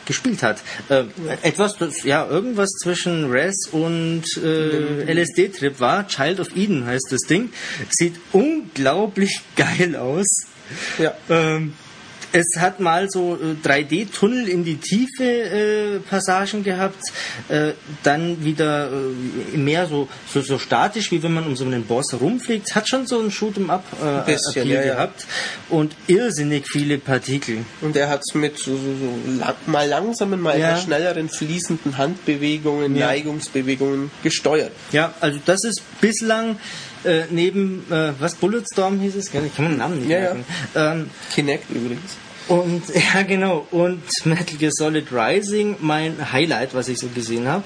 gespielt hat. Äh, etwas, das ja irgendwas zwischen Res und äh, L S D-Trip war. Child of Eden heißt das Ding. Sieht unglaublich geil aus. Ja. Ähm, Es hat mal so äh, drei D-Tunnel in die Tiefe äh, Passagen gehabt, äh, dann wieder äh, mehr so, so so statisch, wie wenn man um so einen Boss rumfliegt. Hat schon so ein Shoot'em-up äh, bisschen, Appeal ja, gehabt und irrsinnig viele Partikel. Und er hat es mit so, so, so lang, mal langsamen, mal Ja. etwas schnelleren, fließenden Handbewegungen, Ja. Neigungsbewegungen gesteuert. Ja, also das ist bislang äh, neben, äh, was, Bulletstorm hieß es? Ich kann mir den Namen nicht Ja, merken. Ähm, Kinect übrigens. Und ja, genau. Und Metal Gear Solid Rising, mein Highlight, was ich so gesehen habe.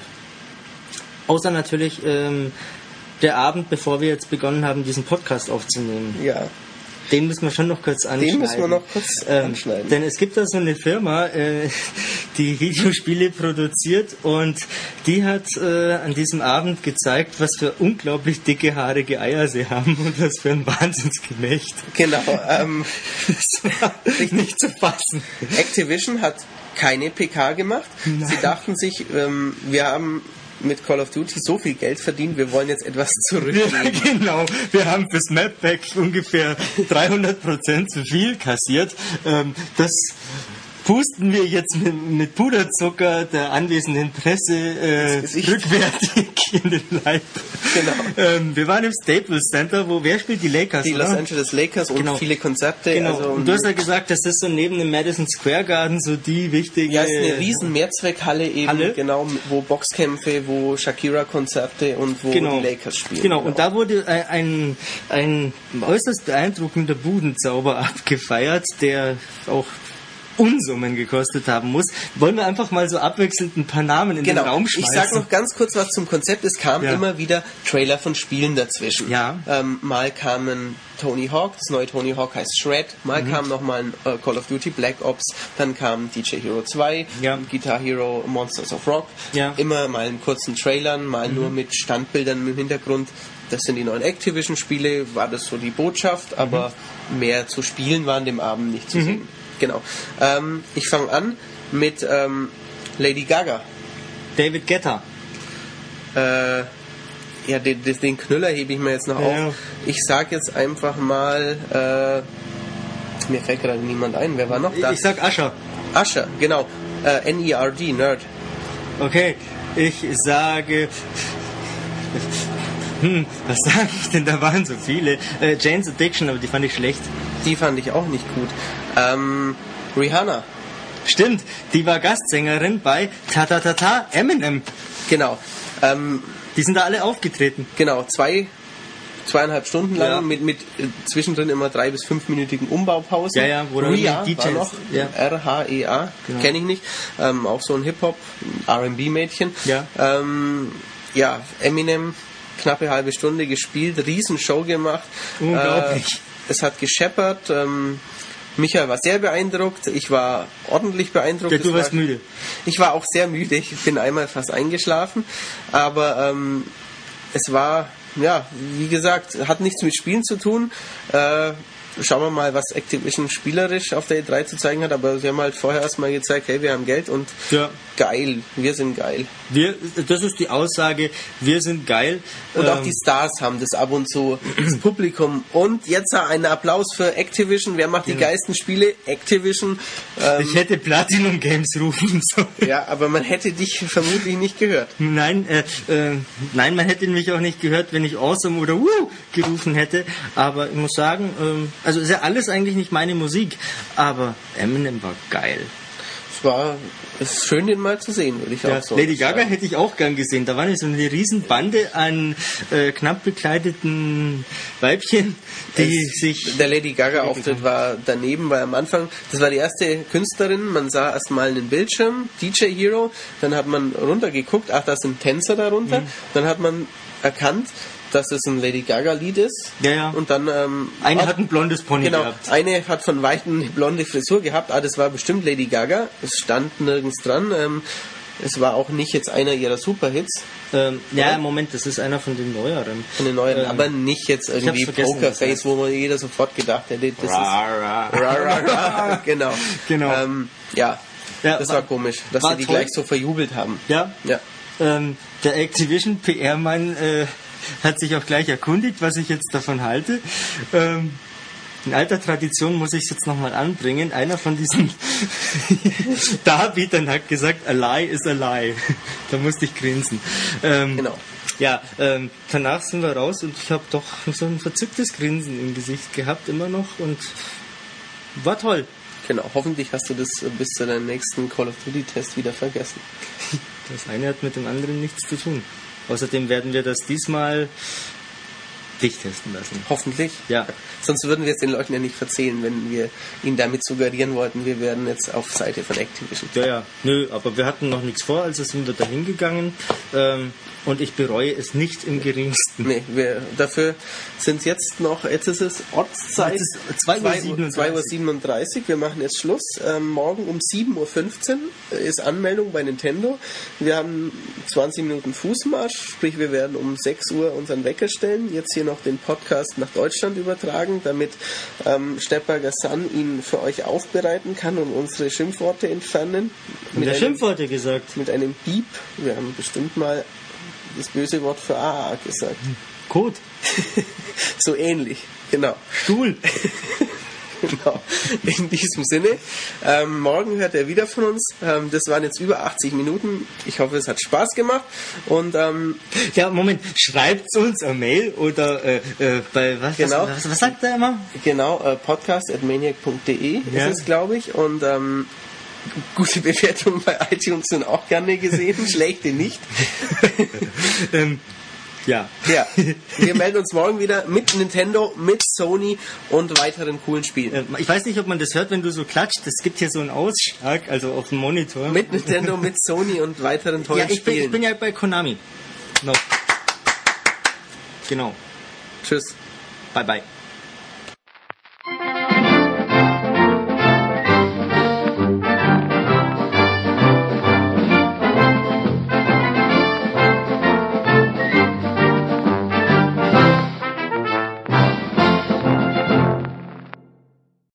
Außer natürlich ähm, der Abend, bevor wir jetzt begonnen haben, diesen Podcast aufzunehmen. Ja. Den müssen wir schon noch kurz anschneiden. Den müssen wir noch kurz ähm, anschneiden. Denn es gibt da so eine Firma, äh, die Videospiele produziert und die hat äh, an diesem Abend gezeigt, was für unglaublich dicke, haarige Eier sie haben und was für ein Wahnsinnsgemächt. Genau. Ähm, Das war nicht zu fassen. Activision hat keine P K gemacht. Nein. Sie dachten sich, ähm, wir haben mit Call of Duty so viel Geld verdient, wir wollen jetzt etwas zurückgeben. Ja, genau. Wir haben fürs Map Pack ungefähr dreihundert Prozent zu viel kassiert. Ähm, das pusten wir jetzt mit, mit Puderzucker der anwesenden Presse äh, Gesicht. rückwärtig in den Leib. Genau. Ähm, wir waren im Staples Center, wo wer spielt die Lakers? Die oder? Los Angeles Lakers und Genau. viele Konzerte. Genau. Also, und du hast ja gesagt, das ist so neben dem Madison Square Garden so die wichtige... ja, es ist eine riesen Mehrzweckhalle eben, Halle. genau, wo Boxkämpfe, wo Shakira-Konzerte und wo Genau. die Lakers spielen. Genau, und da wurde ein, ein, ein äußerst beeindruckender Budenzauber abgefeiert, der auch Unsummen gekostet haben muss. Wollen wir einfach mal so abwechselnd ein paar Namen in Genau. den Raum Ich schmeißen? sage noch ganz kurz was zum Konzept. Es kamen Ja. immer wieder Trailer von Spielen dazwischen. Ja. Ähm, mal kamen Tony Hawk, das neue Tony Hawk heißt Shred. Mal Mhm. kam noch mal ein äh, Call of Duty Black Ops. Dann kam D J Hero zwei, Ja. Guitar Hero Monsters of Rock. Ja. Immer mal in kurzen Trailern, mal nur mit Standbildern im Hintergrund. Das sind die neuen Activision-Spiele, war das so die Botschaft, aber mehr zu spielen war an dem Abend nicht zu sehen. Genau. Ähm, ich fange an mit ähm, Lady Gaga. David Guetta. Äh, ja, den, den den Knüller hebe ich mir jetzt noch Ja. auf. Ich sag jetzt einfach mal, äh, mir fällt gerade niemand ein. Wer war noch da? Ich sag Usher. Usher, genau. Äh, N E R D, Nerd. Okay, ich sage... Hm, was sage ich denn? Da waren so viele. Äh, Jane's Addiction, aber die fand ich schlecht. Die fand ich auch nicht gut. Ähm, Rihanna, Stimmt, die war Gastsängerin bei Ta Ta Ta Ta Eminem. genau. Ähm, Die sind da alle aufgetreten. genau, zwei, zweieinhalb Stunden lang Ja. mit, mit äh, zwischendrin immer drei- bis fünfminütigen Umbaupausen. Ja, ja, wo dann Rhea die D Js, war noch, ja. R H E A, Genau. kenne ich nicht. Ähm, auch so ein Hip-Hop, R and B-Mädchen. Ja. Ähm, ja, Eminem, knappe halbe Stunde gespielt, Riesenshow gemacht. Unglaublich. Äh, es hat gescheppert. Ähm, Michael war sehr beeindruckt, ich war ordentlich beeindruckt. Ja, du Es warst war, müde. Ich war auch sehr müde, ich bin einmal fast eingeschlafen, aber ähm, es war, ja, wie gesagt, hat nichts mit Spielen zu tun. Äh, schauen wir mal, was Activision spielerisch auf der E drei zu zeigen hat, aber sie haben halt vorher erstmal gezeigt, hey, wir haben Geld und Ja. geil, wir sind geil. Wir, das ist die Aussage, wir sind geil. Und auch Ähm, die Stars haben das ab und zu, das Publikum. Und jetzt einen Applaus für Activision. Wer macht die geilsten Spiele? Activision. Ähm, ich hätte Platinum Games rufen sollen. ja, aber man hätte dich vermutlich nicht gehört. Nein, äh, äh, nein, man hätte mich auch nicht gehört, wenn ich Awesome oder Woo gerufen hätte. Aber ich muss sagen, ähm, also ist ja alles eigentlich nicht meine Musik, aber Eminem war geil. Es war es ist schön, den mal zu sehen, würde ich Ja, auch so Lady Gaga sagen. hätte ich auch gern gesehen. Da war nicht so eine riesen Bande an äh, knapp bekleideten Weibchen, die Es- sich... Der Lady Gaga-Auftritt war daneben, weil am Anfang, das war die erste Künstlerin, man sah erstmal einen Bildschirm, D J Hero, dann hat man runtergeguckt, ach, da sind Tänzer darunter, Mhm. dann hat man erkannt, dass es ein Lady Gaga-Lied ist. Ja, ja. Und dann... Ähm, Eine ab- hat ein blondes Pony Genau, gehabt. eine hat von Weitem eine blonde Frisur gehabt, ah, das war bestimmt Lady Gaga, es stand nirgends dran, ähm, es war auch nicht jetzt einer ihrer Superhits, Ähm, ja, Oder? Moment, das ist einer von den neueren. von den neuen, Ähm, aber nicht jetzt irgendwie hab's vergessen, Pokerface, wo man jeder sofort gedacht hätte, das ist... Ra, ra. Ra, ra, ra. Genau. Genau. Ähm, ja, Ja, das war, war komisch, dass war sie die toll. gleich so verjubelt haben. Ja. Ja. Ähm, der Activision P R-Mann äh, hat sich auch gleich erkundigt, was ich jetzt davon halte. Ähm, in alter Tradition muss ich es jetzt nochmal anbringen. Einer von diesen Darbietern hat gesagt, a lie is a lie. Da musste ich grinsen. Ähm, Genau. Ja, ähm, danach sind wir raus und ich habe doch so ein verzücktes Grinsen im Gesicht gehabt, immer noch, und war toll. Genau, hoffentlich hast du das bis zu deinem nächsten Call of Duty Test wieder vergessen. Das eine hat mit dem anderen nichts zu tun. Außerdem werden wir das diesmal dich testen lassen. Hoffentlich. Ja. Sonst würden wir es den Leuten ja nicht verzählen, wenn wir ihnen damit suggerieren wollten, wir werden jetzt auf Seite von Activision. Ja, ja. Nö, aber wir hatten noch nichts vor, also sind wir da hingegangen. Ähm, und ich bereue es nicht im geringsten. Nee, wir, dafür sind jetzt noch, jetzt ist es Ortszeit, Jetzt ist zwei Uhr siebenunddreißig. Wir machen jetzt Schluss. Ähm, morgen um sieben Uhr fünfzehn ist Anmeldung bei Nintendo. Wir haben zwanzig Minuten Fußmarsch, sprich wir werden um sechs Uhr unseren Wecker stellen, jetzt hier noch den Podcast nach Deutschland übertragen, damit ähm, Stepberger Sun ihn für euch aufbereiten kann und unsere Schimpfworte entfernen. Mit der Schimpfworte gesagt. Mit einem Piep. Wir haben bestimmt mal das böse Wort für A A gesagt. Code. So ähnlich, genau. Stuhl. Genau. In diesem Sinne, ähm, morgen hört er wieder von uns. Ähm, das waren jetzt über achtzig Minuten. Ich hoffe, es hat Spaß gemacht. Und ähm, ja, Moment, schreibt uns eine Mail oder äh, äh, bei was, genau, was, was, was sagt er immer? Genau, äh, podcast at maniac punkt de ja. ist es, glaube ich. Und ähm, gute Bewertungen bei iTunes sind auch gerne gesehen, schlechte nicht. ähm, ja. Ja, wir melden uns morgen wieder mit Nintendo, mit Sony und weiteren coolen Spielen. Ich weiß nicht, ob man das hört, wenn du so klatscht. Es gibt hier so einen Ausschlag, also auf dem Monitor. Mit Nintendo, mit Sony und weiteren tollen ja, ich bin, Spielen. ich bin ja bei Konami. No. Genau. Tschüss. Bye bye.